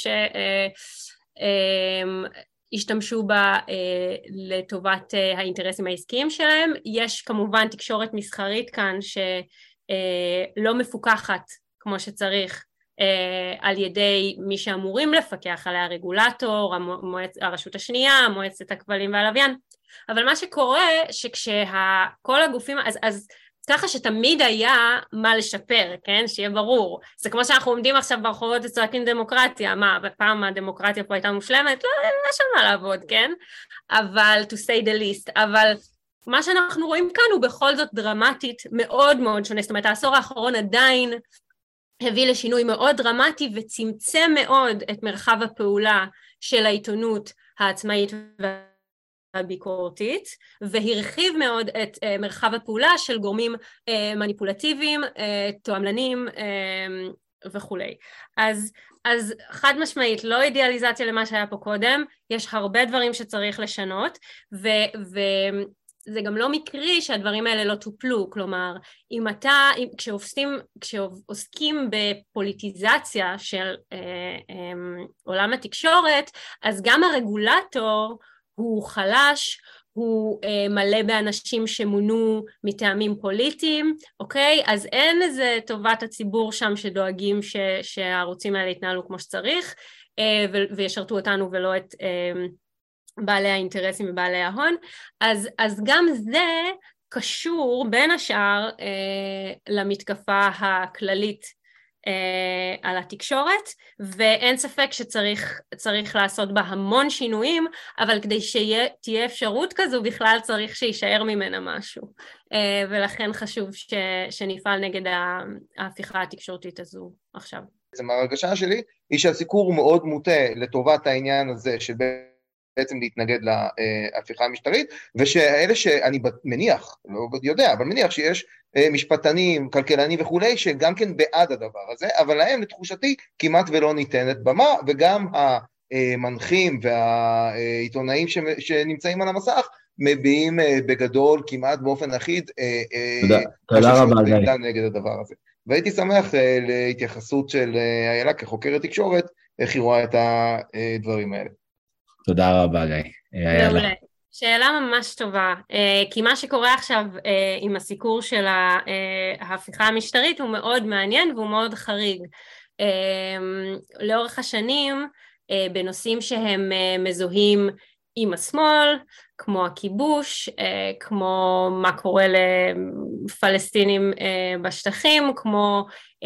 שהשתמשו בה לטובת האינטרסים העסקיים שלהם. יש כמובן תקשורת מסחרית כאן שלא מפוקחת כמו שצריך על ידי מי שאמורים לפקח עליה, הרגולטור, הרשות השנייה, מועצת הכבלים והלוויין. אבל מה שקורה שכשכל הגופים, אז, אז ככה שתמיד היה מה לשפר, כן? שיהיה ברור. זה כמו שאנחנו עומדים עכשיו ברחובות וצועקים דמוקרטיה, מה, בפעם הדמוקרטיה פה הייתה מושלמת? לא, יש על מה לעבוד, כן? אבל, to say the least, אבל מה שאנחנו רואים כאן הוא בכל זאת דרמטית מאוד מאוד שונה, זאת אומרת, העשור האחרון עדיין הביא לשינוי מאוד דרמטי וצמצם מאוד את מרחב הפעולה של העיתונות העצמאית והביקורתית, והרחיב מאוד את uh, מרחב הפעולה של גורמים uh, מניפולטיביים, uh, תועמלנים uh, וכו'. אז, אז חד משמעית, לא אידיאליזציה למה שהיה פה קודם, יש הרבה דברים שצריך לשנות, ו... ו זה גם לא מקרי שהדברים האלה לא טופלו, כלומר, אם אתה, אם, כשעוסקים, כשעוסקים בפוליטיזציה של אה, אה, עולם התקשורת, אז גם הרגולטור הוא חלש, הוא מלא באנשים שמונו מטעמים פוליטיים, אוקיי? אז אין איזה טובת הציבור שם שדואגים ש, שהערוצים האלה יתנהלו כמו שצריך, וישרתו אותנו ולא את בעלי האינטרסים ובעלי ההון. אז, אז גם זה קשור בין השאר למתקפה הכללית על התקשורת, ואין ספק שצריך צריך לעשות בה המון שינויים, אבל כדי שתהיה אפשרות כזו בכלל צריך שישאר ממנה משהו, ולכן חשוב ש, שנפעל נגד ההפיכה התקשורתית הזו עכשיו. ההרגשה שלי היא שהסיקור הוא מאוד מוטה לטובת העניין הזה של בעצם להתנגד להפיכה המשטרית, ושאלה שאני מניח, לא יודע, אבל מניח שיש משפטנים, כלכלנים וכולי, שגם כן בעד הדבר הזה, אבל להם לתחושתי כמעט ולא ניתנת במה, וגם המנחים והעיתונאים שנמצאים על המסך, מביעים בגדול כמעט באופן אחיד, תודה רבה גיא. נגד הדבר הזה. והייתי שמח להתייחסות של איילה כחוקרת תקשורת, איך היא רואה את הדברים האלה. תודה רבה גיא. מעולה. שאלה ממש טובה, כי מה שקורה עכשיו עם הסיקור של ההפיכה המשטרית הוא מאוד מעניין והוא מאוד חריג. לאורך השנים, בנושאים שהם מזוהים עם השמאל, כמו הכיבוש, כמו מה קורה לפלסטינים בשטחים, כמו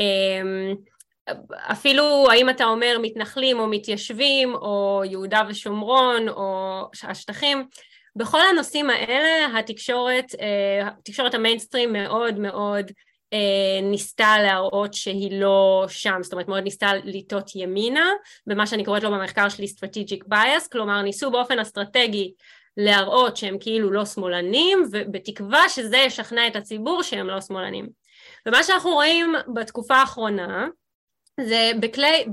אפילו האם אתה אומר מתנחלים או מתיישבים או יהודה ושומרון או השטחים, בכל הנושאים האלה התקשורת, התקשורת המיינסטרים מאוד מאוד ניסתה להראות שהיא לא שם, זאת אומרת מאוד ניסתה לטות ימינה, במה שאני קוראת לו במחקר שלי strategic bias, כלומר ניסו באופן אסטרטגי להראות שהם כאילו לא שמאלנים, ובתקווה שזה ישכנע את הציבור שהם לא שמאלנים. ומה שאנחנו רואים בתקופה האחרונה, זה בכלי,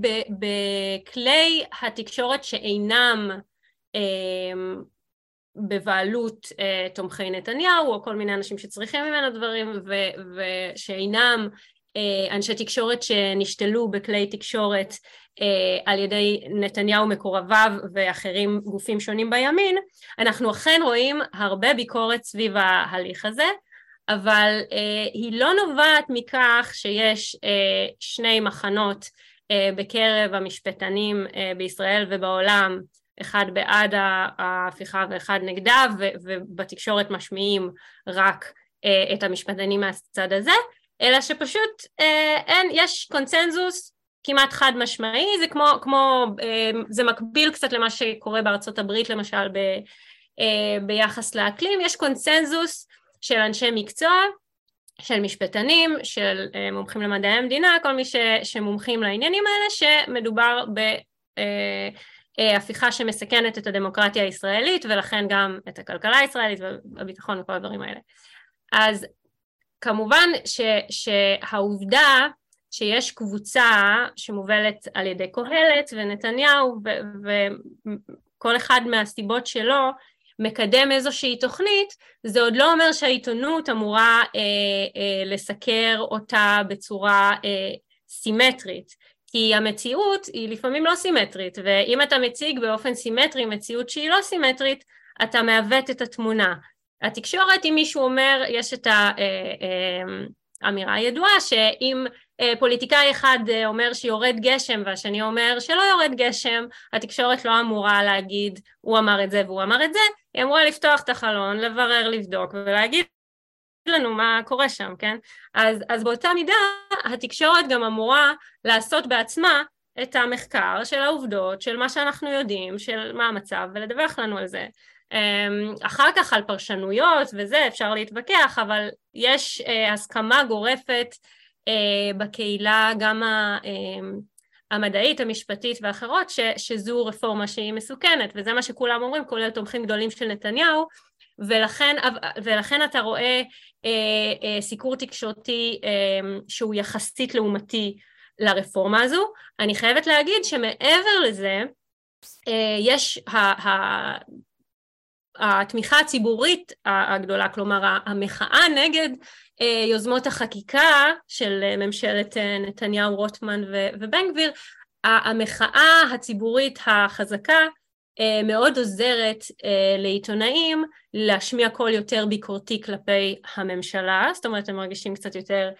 בכלי התקשורת שאינם אה, בבעלות אה, תומכי נתניהו, או כל מיני אנשים שצריכים ממנו דברים, ו, ושאינם אה, אנשי תקשורת שנשתלו בכלי תקשורת אה, על ידי נתניהו מקורביו ואחרים גופים שונים בימין, אנחנו אכן רואים הרבה ביקורת סביב ההליך הזה, אבל אה, היא לא נובעת מכך שיש אה, שני מחנות אה, בקרב המשפטנים אה, בישראל ובעולם, אחד בעד ההפיכה ואחד נגדה, ו- ובתקשורת משמיעים רק אה, את המשפטנים מהצד הזה, אלא שפשוט אה, אין, יש קונצנזוס כמעט חד משמעי, זה כמו, כמו אה, זה מקביל קצת למה שקורה בארצות הברית למשל ב, אה, ביחס לאקלים, יש קונצנזוס של אנשי מקצוע, של משפטנים, של uh, מומחים למדעי המדינה, כל מי ש, שמומחים לעניינים האלה, שמדובר בהפיכה uh, uh, שמסכנת את הדמוקרטיה הישראלית, ולכן גם את הכלכלה הישראלית והביטחון וכל הדברים האלה. אז כמובן ש, שהעובדה שיש קבוצה שמובלת על ידי קהלת ונתניהו, וכל אחד מהסיבות שלו, מקדם איזושהי תוכנית, זה עוד לא אומר שהעיתונות אמורה אה, אה, לסקר אותה בצורה אה, סימטרית, כי המציאות היא לפעמים לא סימטרית, ואם אתה מציג באופן סימטרי מציאות שהיא לא סימטרית, אתה מעוות את התמונה. התקשורת, אם מישהו אומר, יש את האמירה הידועה, שאם פוליטיקאי אחד אומר שיורד גשם, והשני אומר שלא יורד גשם, התקשורת לא אמורה להגיד, הוא אמר את זה והוא אמר את זה, היא אמורה לפתוח את החלון, לברר, לבדוק, ולהגיד לנו מה קורה שם, כן? אז, אז באותה מידה, התקשורת גם אמורה לעשות בעצמה את המחקר של העובדות, של מה שאנחנו יודעים, של מה המצב, ולדווח לנו על זה. אחר כך על פרשנויות וזה אפשר להתווכח, אבל יש הסכמה גורפת בקהילה גם המדעית, המשפטית ואחרות, ש, שזו רפורמה שהיא מסוכנת, וזה מה שכולם אומרים, כולל תומכים גדולים של נתניהו, ולכן, ולכן אתה רואה סיקור תקשורתי שהוא יחסית לעומתי לרפורמה הזו. אני חייבת להגיד שמעבר לזה, יש ה... התמיכה הציבורית הגדולה, כלומר המחאה נגד יוזמות החקיקה של ממשלת נתניהו, רוטמן ובן גביר, המחאה הציבורית החזקה מאוד עוזרת לעיתונאים להשמיע קול יותר ביקורתי כלפי הממשלה, זאת אומרת הם מרגישים קצת יותר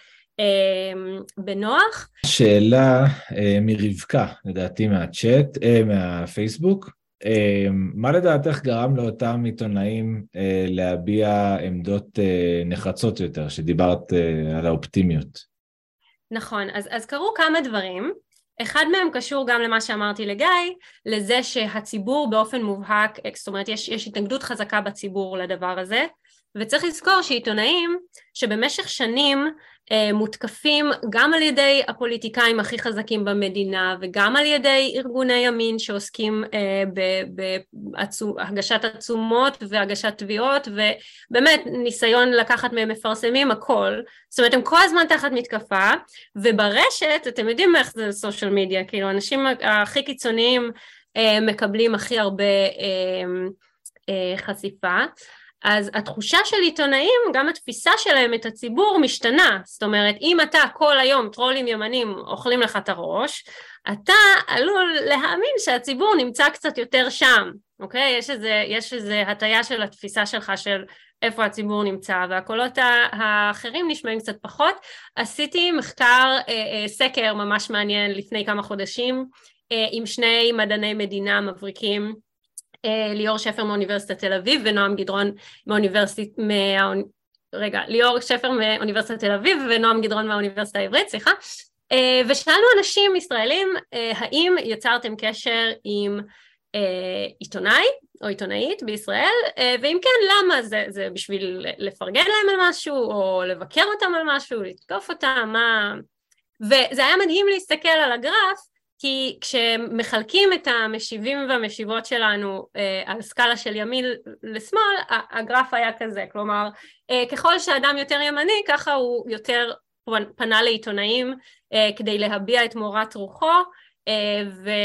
בנוח. שאלה מרבקה, לדעתי מהצ'אט, מהפייסבוק, מה לדעתך גרם לאותם עיתונאים להביע עמדות נחרצות יותר, שדיברת על האופטימיות? נכון, אז, אז קרו כמה דברים, אחד מהם קשור גם למה שאמרתי לגיא, לזה שהציבור באופן מובהק, זאת אומרת יש, יש התנגדות חזקה בציבור לדבר הזה, וצריך לזכור שעיתונאים שבמשך שנים אה, מותקפים גם על ידי הפוליטיקאים הכי חזקים במדינה וגם על ידי ארגוני ימין שעוסקים אה, בהגשת עצומות והגשת תביעות ובאמת ניסיון לקחת מהם מפרסמים הכל, זאת אומרת הם כל הזמן תחת מתקפה וברשת אתם יודעים איך זה סושיאל מדיה, כאילו אנשים הכי קיצוניים אה, מקבלים הכי הרבה אה, אה, חשיפה, אז התחושה של עיתונאים, גם התפיסה שלהם את הציבור משתנה, זאת אומרת אם אתה כל היום טרולים ימנים אוכלים לך את הראש, אתה עלול להאמין שהציבור נמצא קצת יותר שם, אוקיי? יש איזה, יש איזה הטיה של התפיסה שלך של איפה הציבור נמצא, והקולות האחרים נשמעים קצת פחות. עשיתי מחקר, סקר ממש מעניין לפני כמה חודשים, עם שני מדעני מדינה מבריקים, ליאור שפר מאוניברסיטת תל אביב ונועם גדרון מאוניברסיטת, מה... רגע, ליאור שפר מאוניברסיטת תל אביב ונועם גדרון מהאוניברסיטה העברית, סליחה, ושאלנו אנשים ישראלים, האם יצרתם קשר עם עיתונאי או עיתונאית בישראל, ואם כן, למה? זה, זה בשביל לפרגן להם על משהו, או לבקר אותם על משהו, לתקוף אותם, מה... וזה היה מדהים להסתכל על הגרף, כי כשמחלקים את המשיבים והמשיבות שלנו אה, על סקאלה של ימין לשמאל, הגרף היה כזה, כלומר, אה, ככל שאדם יותר ימני, ככה הוא יותר פנה לעיתונאים אה, כדי להביע את מורת רוחו, אה,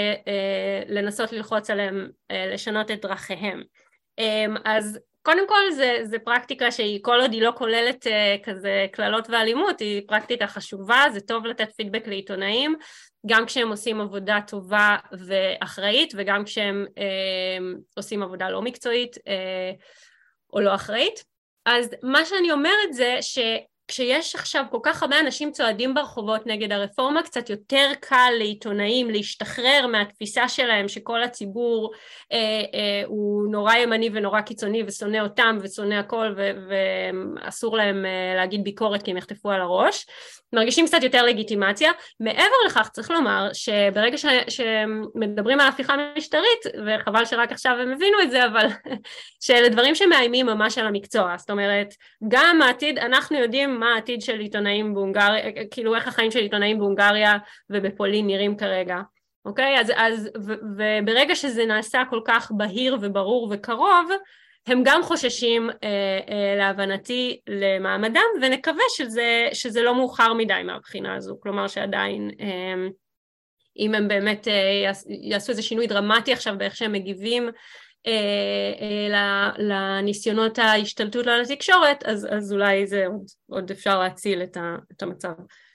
ולנסות ללחוץ עליהם, אה, לשנות את דרכיהם. אה, אז קודם כל זה, זה פרקטיקה שהיא כל עוד היא לא כוללת אה, כזה כללות ואלימות, היא פרקטיקה חשובה, זה טוב לתת פידבק לעיתונאים, גם כשהם עושים עבודה טובה ואחראית, וגם כשהם אה, עושים עבודה לא מקצועית אה, או לא אחראית. אז מה שאני אומרת זה שכשיש עכשיו כל כך הרבה אנשים צועדים ברחובות נגד הרפורמה, קצת יותר קל לעיתונאים להשתחרר מהתפיסה שלהם שכל הציבור אה, אה, הוא נורא ימני ונורא קיצוני ושונא אותם ושונא הכל ו- ואסור להם אה, להגיד ביקורת כי הם יחטפו על הראש. מרגישים קצת יותר לגיטימציה. מעבר לכך צריך לומר שברגע ש... שמדברים על הפיכה משטרית, וחבל שרק עכשיו הם הבינו את זה, אבל שאלה דברים שמאיימים ממש על המקצוע, זאת אומרת, גם העתיד, אנחנו יודעים מה העתיד של עיתונאים בהונגריה, כאילו איך החיים של עיתונאים בהונגריה ובפולין נראים כרגע, אוקיי? אז, אז ו... וברגע שזה נעשה כל כך בהיר וברור וקרוב, הם גם חוששים אה, אה, להבנתי למעמדם, ונקווה שזה, שזה לא מאוחר מדי מהבחינה הזו, כלומר שעדיין אה, אם הם באמת אה, יעשו איזה שינוי דרמטי עכשיו באיך שהם מגיבים אה, אה, לניסיונות ההשתלטות על התקשורת, אז, אז אולי זה עוד, עוד אפשר להציל את, ה, את המצב.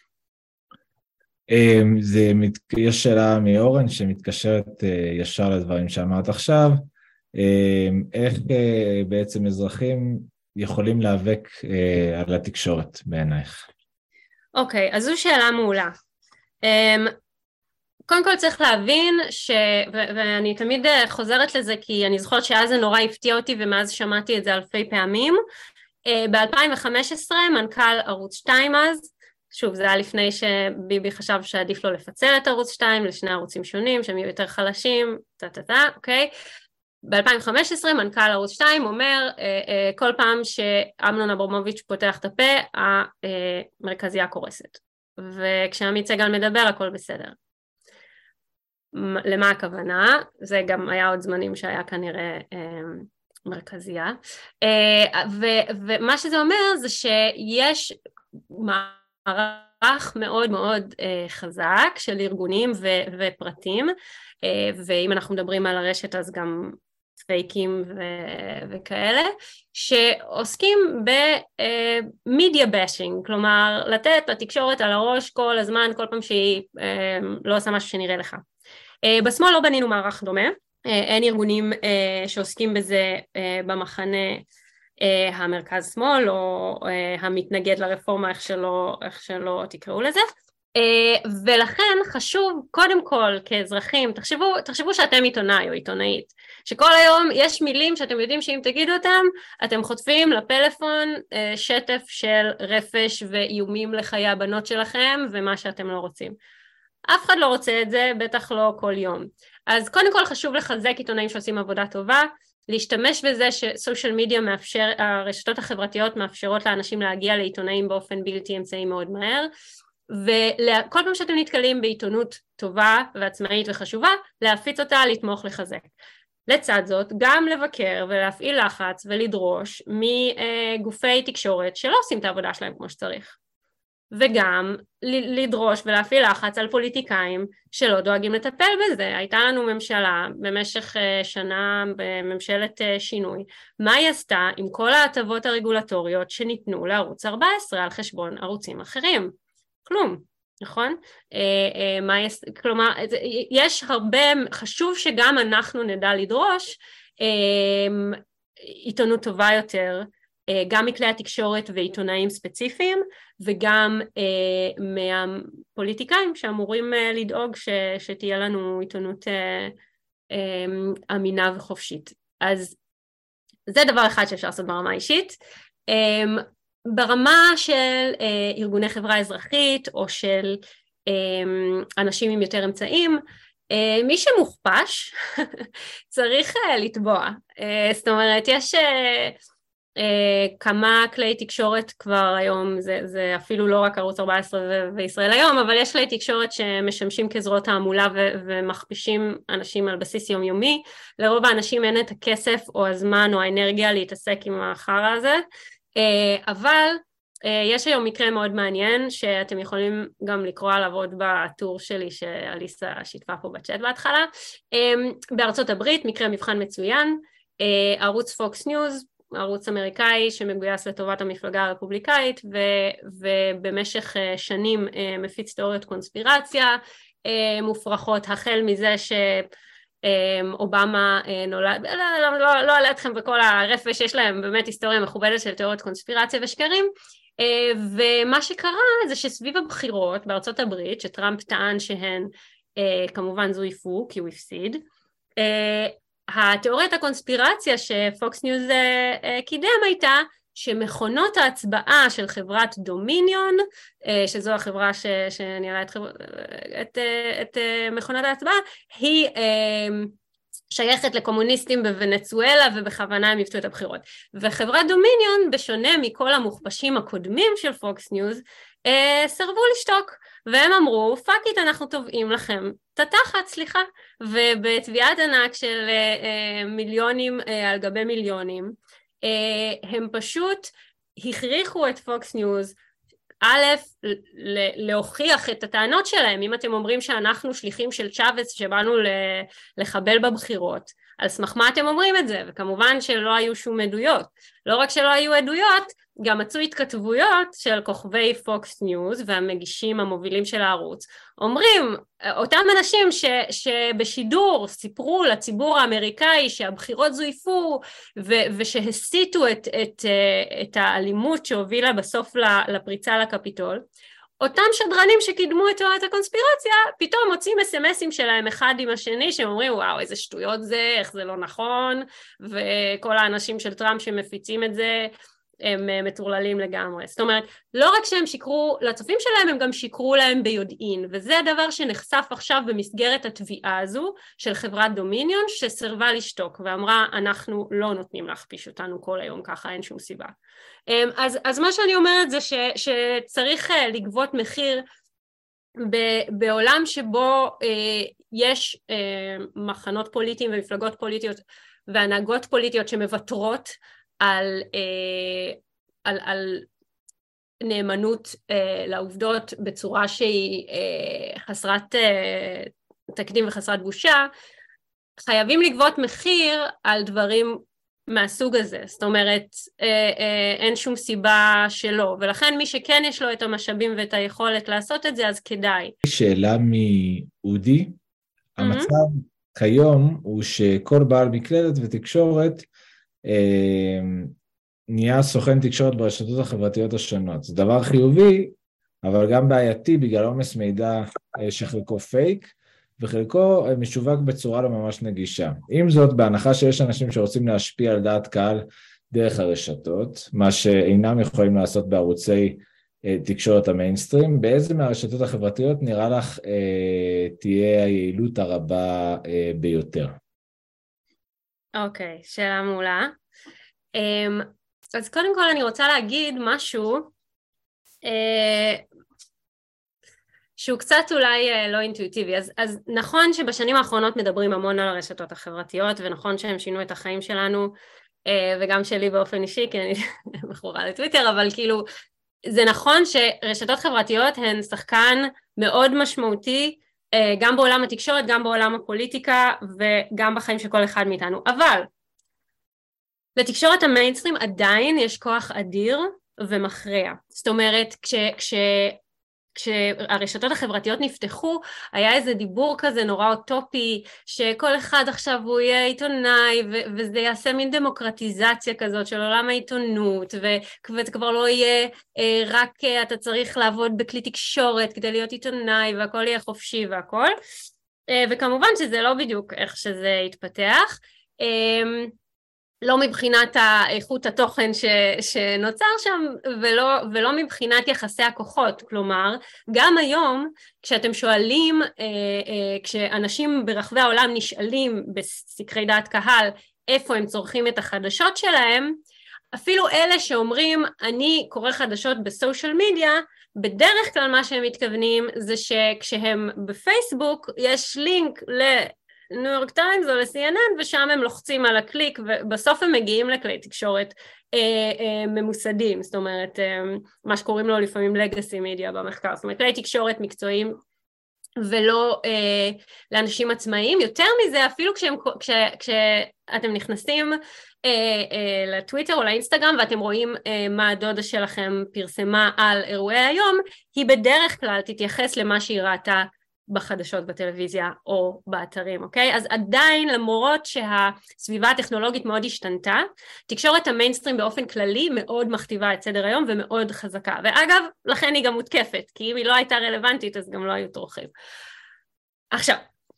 זה, יש שאלה מאורן שמתקשרת ישר לדברים שאמרת עכשיו, איך בעצם אזרחים יכולים להיאבק על התקשורת בעינייך? אוקיי, אז זו שאלה מעולה. קודם כל צריך להבין, ש... ו- ואני תמיד חוזרת לזה כי אני זוכרת שאז זה נורא הפתיע אותי ומאז שמעתי את זה אלפי פעמים, ב-אלפיים וחמש עשרה מנכ"ל ערוץ שתיים אז, שוב זה היה לפני שביבי חשב שעדיף לו לפצל את ערוץ שתיים לשני ערוצים שונים שהם יהיו יותר חלשים, טה-טה-טה, אוקיי? ב-אלפיים וחמש עשרה מנכ"ל ערוץ שתיים אומר, כל פעם שאמנון אברמוביץ' פותח את הפה, המרכזייה קורסת. וכשעמית סגל מדבר, הכל בסדר. למה הכוונה? זה גם היה עוד זמנים שהיה כנראה מרכזייה. ומה שזה אומר זה שיש מערך מאוד מאוד חזק של ארגונים ופרטים, ואם אנחנו מדברים על הרשת אז גם פייקים ו- וכאלה, שעוסקים במדיה באשינג, כלומר לתת לתקשורת על הראש כל הזמן, כל פעם שהיא לא עושה משהו שנראה לך. בשמאל לא בנינו מערך דומה, אין ארגונים שעוסקים בזה במחנה המרכז שמאל, או המתנגד לרפורמה, איך שלא, איך שלא תקראו לזה. ולכן חשוב קודם כל כאזרחים, תחשבו, תחשבו שאתם עיתונאי או עיתונאית, שכל היום יש מילים שאתם יודעים שאם תגידו אותם, אתם חוטפים לפלאפון שטף של רפש ואיומים לחיי הבנות שלכם ומה שאתם לא רוצים. אף אחד לא רוצה את זה, בטח לא כל יום. אז קודם כל חשוב לחזק עיתונאים שעושים עבודה טובה, להשתמש בזה שסושיאל מדיה מאפשר, הרשתות החברתיות מאפשרות לאנשים להגיע לעיתונאים באופן בלתי אמצעי מאוד מהר, וכל פעם שאתם נתקלים בעיתונות טובה ועצמאית וחשובה, להפיץ אותה, לתמוך, לחזק. לצד זאת, גם לבקר ולהפעיל לחץ ולדרוש מגופי תקשורת שלא עושים את העבודה שלהם כמו שצריך. וגם לדרוש ולהפעיל לחץ על פוליטיקאים שלא דואגים לטפל בזה. הייתה לנו ממשלה במשך שנה בממשלת שינוי, מה היא עשתה עם כל ההטבות הרגולטוריות שניתנו לערוץ ארבע עשרה על חשבון ערוצים אחרים? כלום, נכון? מה יש, כלומר, יש הרבה, חשוב שגם אנחנו נדע לדרוש עיתונות טובה יותר, גם מכלי התקשורת ועיתונאים ספציפיים, וגם אה, מהפוליטיקאים שאמורים אה, לדאוג ש, שתהיה לנו עיתונות אה, אה, אמינה וחופשית. אז זה דבר אחד שאפשר לעשות ברמה האישית. אה, ברמה של אה, ארגוני חברה אזרחית, או של אה, אנשים עם יותר אמצעים, אה, מי שמוכפש צריך אה, לתבוע. אה, זאת אומרת, יש... אה, Uh, כמה כלי תקשורת כבר היום, זה, זה אפילו לא רק ערוץ ארבע עשרה ו- וישראל היום, אבל יש כלי תקשורת שמשמשים כזרועות העמולה ו- ומכפישים אנשים על בסיס יומיומי. לרוב האנשים אין את הכסף או הזמן או האנרגיה להתעסק עם החרא הזה, uh, אבל uh, יש היום מקרה מאוד מעניין שאתם יכולים גם לקרוא עליו עוד בטור שלי שאליסה שיתפה פה בצ'אט בהתחלה. um, בארצות הברית, מקרה מבחן מצוין, uh, ערוץ פוקס ניוז, ערוץ אמריקאי שמגויס לטובת המפלגה הרפובליקאית, ו- ובמשך שנים מפיץ תיאוריות קונספירציה מופרכות, החל מזה שאובמה נולד, לא, לא, לא, לא עלה אתכם בכל הרפש, יש להם באמת היסטוריה מכובדת של תיאוריות קונספירציה ושקרים, ומה שקרה זה שסביב הבחירות בארצות הברית, שטראמפ טען שהן כמובן זויפו כי הוא הפסיד, התיאוריית הקונספירציה שפוקס ניוז קידם הייתה שמכונות ההצבעה של חברת דומיניון, שזו החברה ש, שניהלה את, את, את מכונת ההצבעה, היא שייכת לקומוניסטים בוונצואלה ובכוונה הם יפתו את הבחירות. וחברת דומיניון, בשונה מכל המוכפשים הקודמים של פוקס ניוז, סרבו לשתוק, והם אמרו, פאקית, אנחנו תובעים לכם את התחת, סליחה, ובתביעת ענק של מיליונים על גבי מיליונים, הם פשוט הכריחו את פוקס ניוז, א', להוכיח את הטענות שלהם. אם אתם אומרים שאנחנו שליחים של צ'אבס שבאנו לחבל בבחירות, על סמך מה אתם אומרים את זה? וכמובן שלא היו שום עדויות. לא רק שלא היו עדויות, גם מצאו התכתבויות של כוכבי פוקס ניוז והמגישים המובילים של הערוץ. אומרים, אותם אנשים ש, שבשידור סיפרו לציבור האמריקאי שהבחירות זויפו ו, ושהסיתו את, את, את האלימות שהובילה בסוף לפריצה לקפיטול, אותם שדרנים שקידמו את תיאוריית הקונספירציה, פתאום מוצאים אס-אמסים שלהם אחד עם השני, שהם אומרים, וואו, איזה שטויות זה, איך זה לא נכון, וכל האנשים של טראמפ שמפיצים את זה, הם מטורללים לגמרי. זאת אומרת, לא רק שהם שיקרו לצופים שלהם, הם גם שיקרו להם ביודעין, וזה הדבר שנחשף עכשיו במסגרת התביעה הזו, של חברת דומיניון, שסרבה לשתוק, ואמרה, אנחנו לא נותנים להכפיש אותנו כל היום, ככה אין שום סיבה. אז, אז מה שאני אומרת זה ש, שצריך לגבות מחיר, בעולם שבו אה, יש אה, מחנות פוליטיים ומפלגות פוליטיות, והנהגות פוליטיות שמוותרות, על, אה, על, על נאמנות אה, לעובדות בצורה שהיא אה, חסרת אה, תקדים וחסרת בושה, חייבים לגבות מחיר על דברים מהסוג הזה. זאת אומרת, אה, אה, אין שום סיבה שלא, ולכן מי שכן יש לו את המשאבים ואת היכולת לעשות את זה, אז כדאי. שאלה מאודי, המצב כיום הוא שכל בעל מקלדת ותקשורת אה, נהיה סוכן תקשורת ברשתות החברתיות השונות. זה דבר חיובי, אבל גם בעייתי בגלל עומס מידע אה, שחלקו פייק, וחלקו משווק בצורה לא ממש נגישה. עם זאת, בהנחה שיש אנשים שרוצים להשפיע על דעת קהל דרך הרשתות, מה שאינם יכולים לעשות בערוצי אה, תקשורת המיינסטרים, באיזה מהרשתות החברתיות נראה לך אה, תהיה היעילות הרבה אה, ביותר? אוקיי, שאלה מעולה. Um, אז קודם כל אני רוצה להגיד משהו, uh, שהוא קצת אולי uh, לא אינטואיטיבי. אז, אז נכון שבשנים האחרונות מדברים המון על הרשתות החברתיות, ונכון שהם שינו את החיים שלנו, uh, וגם שלי באופן אישי, כי אני מכורה לטוויטר, אבל כאילו, זה נכון שרשתות חברתיות הן שחקן מאוד משמעותי, uh, גם בעולם התקשורת, גם בעולם הפוליטיקה, וגם בחיים של כל אחד מאיתנו. אבל, לתקשורת המיינסטרים עדיין יש כוח אדיר ומכריע. זאת אומרת, כש, כש, כשהרשתות החברתיות נפתחו, היה איזה דיבור כזה נורא אוטופי, שכל אחד עכשיו הוא יהיה עיתונאי, ו- וזה יעשה מין דמוקרטיזציה כזאת של עולם העיתונות, וזה כבר לא יהיה אה, רק אה, אתה צריך לעבוד בכלי תקשורת כדי להיות עיתונאי, והכל יהיה חופשי והכל. אה, וכמובן שזה לא בדיוק איך שזה יתפתח. אה, לא מבחינת האיכות התוכן ש, שנוצר שם, ולא, ולא מבחינת יחסי הכוחות. כלומר, גם היום, כשאתם שואלים, אה, אה, כשאנשים ברחבי העולם נשאלים בסקרי דעת קהל, איפה הם צורכים את החדשות שלהם, אפילו אלה שאומרים, אני קורא חדשות בסושיאל מדיה, בדרך כלל מה שהם מתכוונים, זה שכשהם בפייסבוק, יש לינק ל... ניו יורק טיימס או ל-סי אן אן, ושם הם לוחצים על הקליק, ובסוף הם מגיעים לכלי תקשורת אה, אה, ממוסדים, זאת אומרת, אה, מה שקוראים לו לפעמים לגאסי מדיה במחקר, זאת אומרת, כלי תקשורת מקצועיים, ולא אה, לאנשים עצמאיים. יותר מזה, אפילו כשהם, כש, כשאתם נכנסים אה, אה, לטוויטר או לאינסטגרם, ואתם רואים אה, מה הדודה שלכם פרסמה על אירועי היום, היא בדרך כלל תתייחס למה שהיא ראתה, בחדשות בטלוויזיה או באתרים, אוקיי? אז עדיין למרות שהסביבה הטכנולוגית מאוד השתנתה, תקשורת המיינסטרים באופן כללי מאוד מכתיבה את סדר היום ומאוד חזקה. ואגב, לכן היא גם מותקפת, כי אם היא לא הייתה רלוונטית אז גם לא היו טורחים. עכשיו,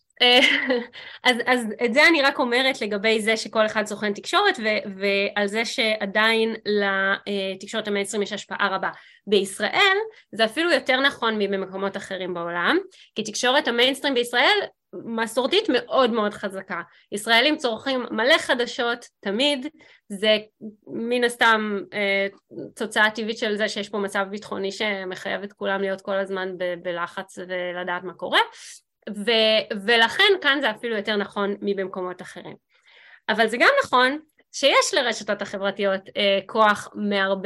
אז, אז את זה אני רק אומרת לגבי זה שכל אחד סוכן תקשורת, ו, ועל זה שעדיין לתקשורת המיינסטרים יש השפעה רבה. בישראל זה אפילו יותר נכון מבמקומות אחרים בעולם, כי תקשורת המיינסטרים בישראל מסורתית מאוד מאוד חזקה. ישראלים צורכים מלא חדשות תמיד, זה מן הסתם אה, תוצאה טבעית של זה שיש פה מצב ביטחוני שמחייב את כולם להיות כל הזמן ב- בלחץ ולדעת מה קורה, ו- ולכן כאן זה אפילו יותר נכון מבמקומות אחרים. אבל זה גם נכון שיש לרשתות החברתיות אה, כוח מהרבה,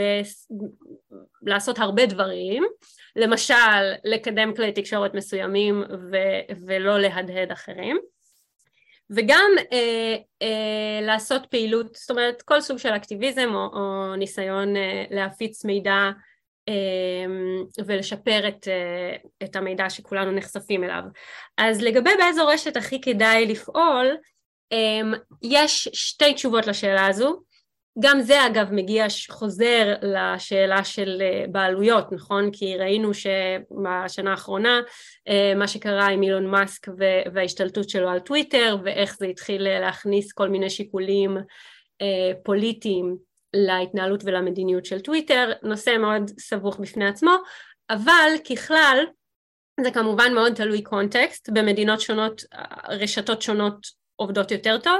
לעשות הרבה דברים, למשל לקדם כלי תקשורת מסוימים ו- ולא להדהד אחרים, וגם אה, אה, לעשות פעילות, זאת אומרת כל סוג של אקטיביזם או, או ניסיון אה, להפיץ מידע ולשפר את, את המידע שכולנו נחשפים אליו. אז לגבי באיזו רשת הכי כדאי לפעול, יש שתי תשובות לשאלה הזו. גם זה אגב מגיע חוזר לשאלה של בעלויות, נכון? כי ראינו שבשנה האחרונה מה שקרה עם אילון מאסק וההשתלטות שלו על טוויטר, ואיך זה התחיל להכניס כל מיני שיקולים פוליטיים להתנהלות ולמדיניות של טוויטר, נושא מאוד סבוך בפני עצמו, אבל ככלל זה כמובן מאוד תלוי קונטקסט, במדינות שונות, רשתות שונות עובדות יותר טוב.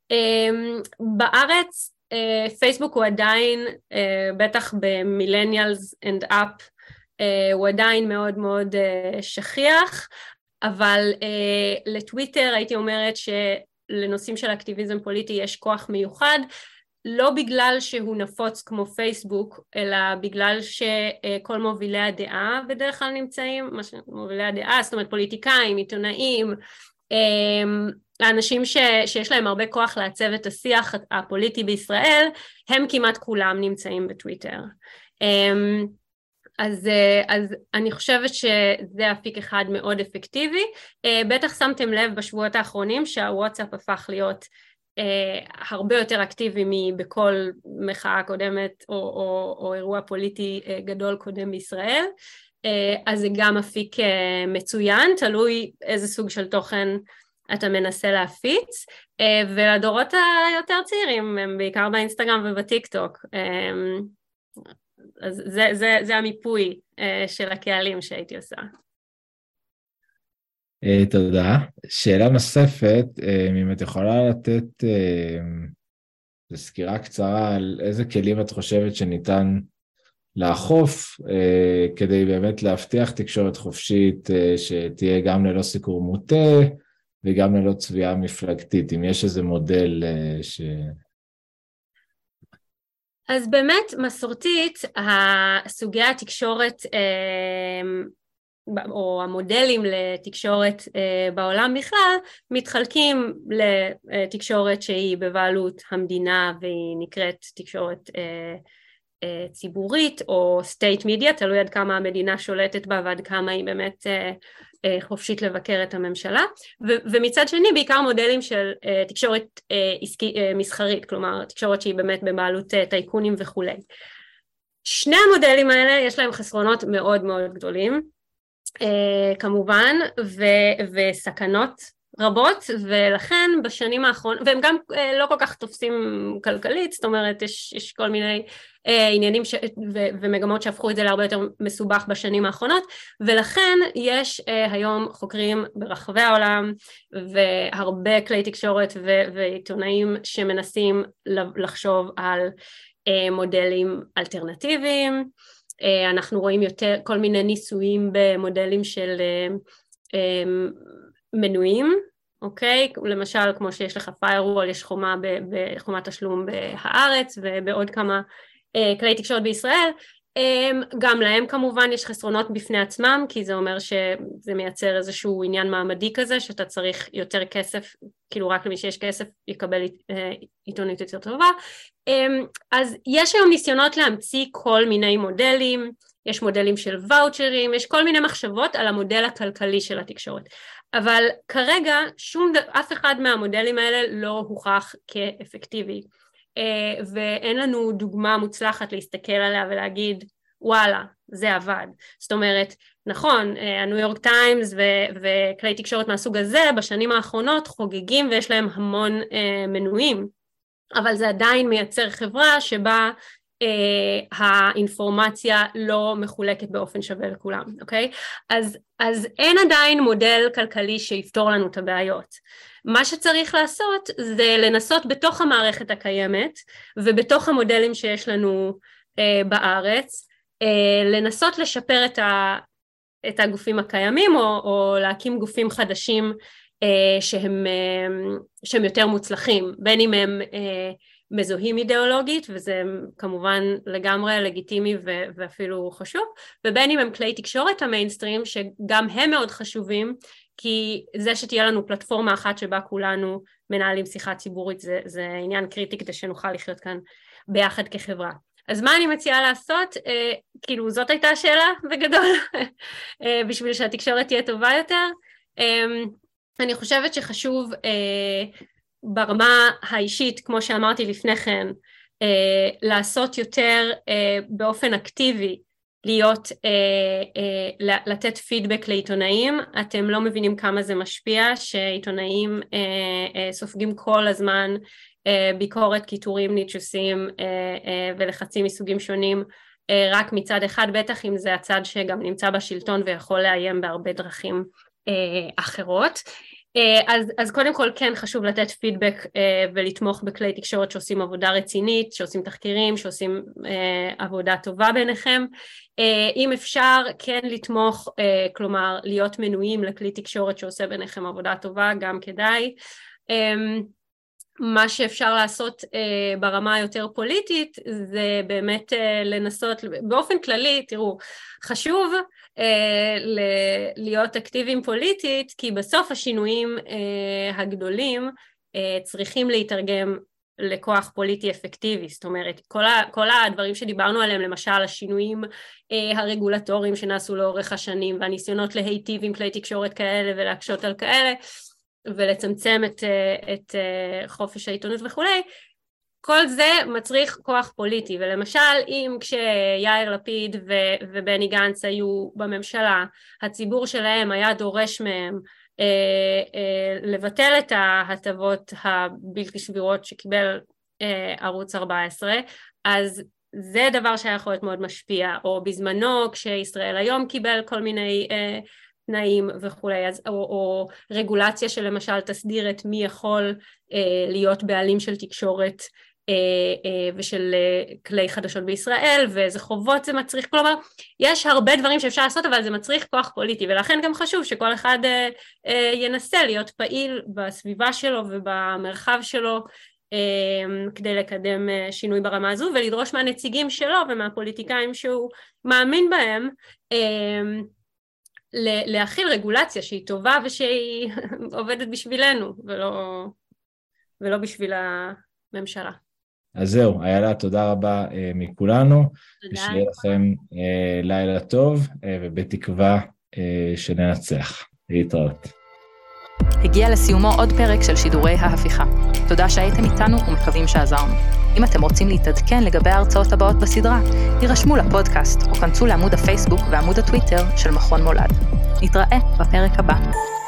בארץ פייסבוק הוא עדיין, בטח במילניאלס אנד אפ, הוא עדיין מאוד מאוד שכיח, אבל לטוויטר הייתי אומרת שלנושאים של אקטיביזם פוליטי יש כוח מיוחד, לא בגלל שהוא נפוץ כמו פייסבוק, אלא בגלל שכל מובילי הדעה בדרך כלל נמצאים, מובילי הדעה, זאת אומרת פוליטיקאים, עיתונאים, האנשים ש, שיש להם הרבה כוח לעצב את השיח הפוליטי בישראל, הם כמעט כולם נמצאים בטוויטר. אז, אז אני חושבת שזה אפיק אחד מאוד אפקטיבי. בטח שמתם לב בשבועות האחרונים שהוואטסאפ הפך להיות הרבה יותר אקטיבי מבכל מחאה קודמת או, או, או אירוע פוליטי גדול קודם בישראל. אז זה גם אפיק מצוין, תלוי איזה סוג של תוכן אתה מנסה להפיץ, ולדורות היותר צעירים הם בעיקר באינסטגרם ובטיקטוק. אז זה, זה, זה המיפוי של הקהלים שהייתי עושה. תודה. שאלה נוספת, אם את יכולה לתת סקירה קצרה על איזה כלים את חושבת שניתן לאכוף, כדי באמת להבטיח תקשורת חופשית שתהיה גם ללא סיקור מוטה, וגם ללא צביעה מפלגתית, אם יש איזה מודל ש... אז באמת מסורתית, הסוגי התקשורת או המודלים לתקשורת בעולם בכלל מתחלקים לתקשורת שהיא בבעלות המדינה והיא נקראת תקשורת ציבורית או state media, תלוי עד כמה המדינה שולטת בה ועד כמה היא באמת חופשית לבקר את הממשלה, ו- ומצד שני בעיקר מודלים של תקשורת עסקי, מסחרית, כלומר תקשורת שהיא באמת בבעלות טייקונים וכולי. שני המודלים האלה יש להם חסרונות מאוד מאוד גדולים, כמובן, ו- וסכנות רבות, ולכן בשנים האחרונות, והם גם לא כל כך תופסים כלכלית, זאת אומרת יש, יש כל מיני אה, עניינים ש, ו, ומגמות שהפכו את זה להרבה יותר מסובך בשנים האחרונות, ולכן יש אה, היום חוקרים ברחבי העולם והרבה כלי תקשורת ו, ועיתונאים שמנסים לחשוב על אה, מודלים אלטרנטיביים. אה, אנחנו רואים יותר כל מיני ניסויים במודלים של אה, אה, מנויים, אוקיי? למשל, כמו שיש לך firewall, יש חומה בחומת תשלום בהארץ ובעוד כמה אה, כלי תקשורת בישראל. אה, גם להם כמובן יש חסרונות בפני עצמם, כי זה אומר שזה מייצר איזשהו עניין מעמדי כזה, שאתה צריך יותר כסף, כאילו רק למי שיש כסף יקבל אה, עיתונית יותר טובה. אה, אז יש היום ניסיונות להמציא כל מיני מודלים, יש מודלים של ואוצ'רים, יש כל מיני מחשבות על המודל הכלכלי של התקשורת. אבל כרגע שום, אף אחד מהמודלים האלה לא הוכח כאפקטיבי, ואין לנו דוגמה מוצלחת להסתכל עליה ולהגיד וואלה זה עבד. זאת אומרת, נכון, הניו יורק טיימס וכלי תקשורת מהסוג הזה בשנים האחרונות חוגגים ויש להם המון מנויים, אבל זה עדיין מייצר חברה שבה Uh, האינפורמציה לא מחולקת באופן שווה לכולם, אוקיי? אז, אז אין עדיין מודל כלכלי שיפתור לנו את הבעיות. מה שצריך לעשות זה לנסות בתוך המערכת הקיימת ובתוך המודלים שיש לנו uh, בארץ, uh, לנסות לשפר את, ה, את הגופים הקיימים או, או להקים גופים חדשים uh, שהם, uh, שהם יותר מוצלחים, בין אם הם uh, מזוהים אידיאולוגית, וזה כמובן לגמרי לגיטימי ו- ואפילו חשוב, ובין אם הם כלי תקשורת המיינסטרים, שגם הם מאוד חשובים, כי זה שתהיה לנו פלטפורמה אחת שבה כולנו מנהלים שיחה ציבורית, זה, זה עניין קריטי כדי שנוכל לחיות כאן ביחד כחברה. אז מה אני מציעה לעשות? אה, כאילו זאת הייתה השאלה בגדול, אה, בשביל שהתקשורת תהיה טובה יותר. אה, אני חושבת שחשוב אה, ברמה האישית, כמו שאמרתי לפני כן, אה, לעשות יותר אה, באופן אקטיבי, להיות, אה, אה, לתת פידבק לעיתונאים. אתם לא מבינים כמה זה משפיע, שעיתונאים אה, אה, סופגים כל הזמן אה, ביקורת, קיטורים, ניצ'וסים אה, אה, ולחצים מסוגים שונים, אה, רק מצד אחד, בטח אם זה הצד שגם נמצא בשלטון ויכול לאיים בהרבה דרכים אה, אחרות. אז, אז קודם כל כן חשוב לתת פידבק אה, ולתמוך בכלי תקשורת שעושים עבודה רצינית, שעושים תחקירים, שעושים אה, עבודה טובה ביניכם. אה, אם אפשר כן לתמוך, אה, כלומר להיות מנויים לכלי תקשורת שעושה ביניכם עבודה טובה, גם כדאי. אה, מה שאפשר לעשות אה, ברמה היותר פוליטית זה באמת אה, לנסות, באופן כללי, תראו, חשוב אה, ל- להיות אקטיביים פוליטית, כי בסוף השינויים אה, הגדולים אה, צריכים להתרגם לכוח פוליטי אפקטיבי, זאת אומרת, כל, ה, כל הדברים שדיברנו עליהם, למשל השינויים אה, הרגולטוריים שנעשו לאורך השנים, והניסיונות להיטיב עם כלי תקשורת כאלה ולהקשות על כאלה, ולצמצם את, את חופש העיתונות וכולי, כל זה מצריך כוח פוליטי, ולמשל אם כשיאיר לפיד ו- ובני גנץ היו בממשלה, הציבור שלהם היה דורש מהם אה, אה, לבטל את ההטבות הבלתי סבירות שקיבל אה, ערוץ ארבע עשרה, אז זה דבר שהיה יכול להיות מאוד משפיע, או בזמנו כשישראל היום קיבל כל מיני אה, תנאים וכולי, אז, או, או רגולציה שלמשל תסדיר את מי יכול אה, להיות בעלים של תקשורת אה, אה, ושל אה, כלי חדשות בישראל, ואיזה חובות זה מצריך, כלומר, יש הרבה דברים שאפשר לעשות, אבל זה מצריך כוח פוליטי, ולכן גם חשוב שכל אחד אה, אה, ינסה להיות פעיל בסביבה שלו ובמרחב שלו, אה, כדי לקדם אה, שינוי ברמה הזו, ולדרוש מהנציגים שלו ומהפוליטיקאים שהוא מאמין בהם, אה, להכיל רגולציה שהיא טובה ושהיא עובדת בשבילנו ולא, ולא בשביל הממשלה. אז זהו, איילה, תודה רבה אה, מכולנו, תודה. ושיהיה לכם אה, לילה טוב, אה, ובתקווה אה, שננצח. להתראות. הגיע לסיומו עוד פרק של שידורי ההפיכה. תודה שהייתם איתנו ומקווים שעזרנו. אם אתם רוצים להתעדכן לגבי ההרצאות הבאות בסדרה, הירשמו לפודקאסט או כנסו לעמוד הפייסבוק ועמוד הטוויטר של מכון מולד. נתראה בפרק הבא.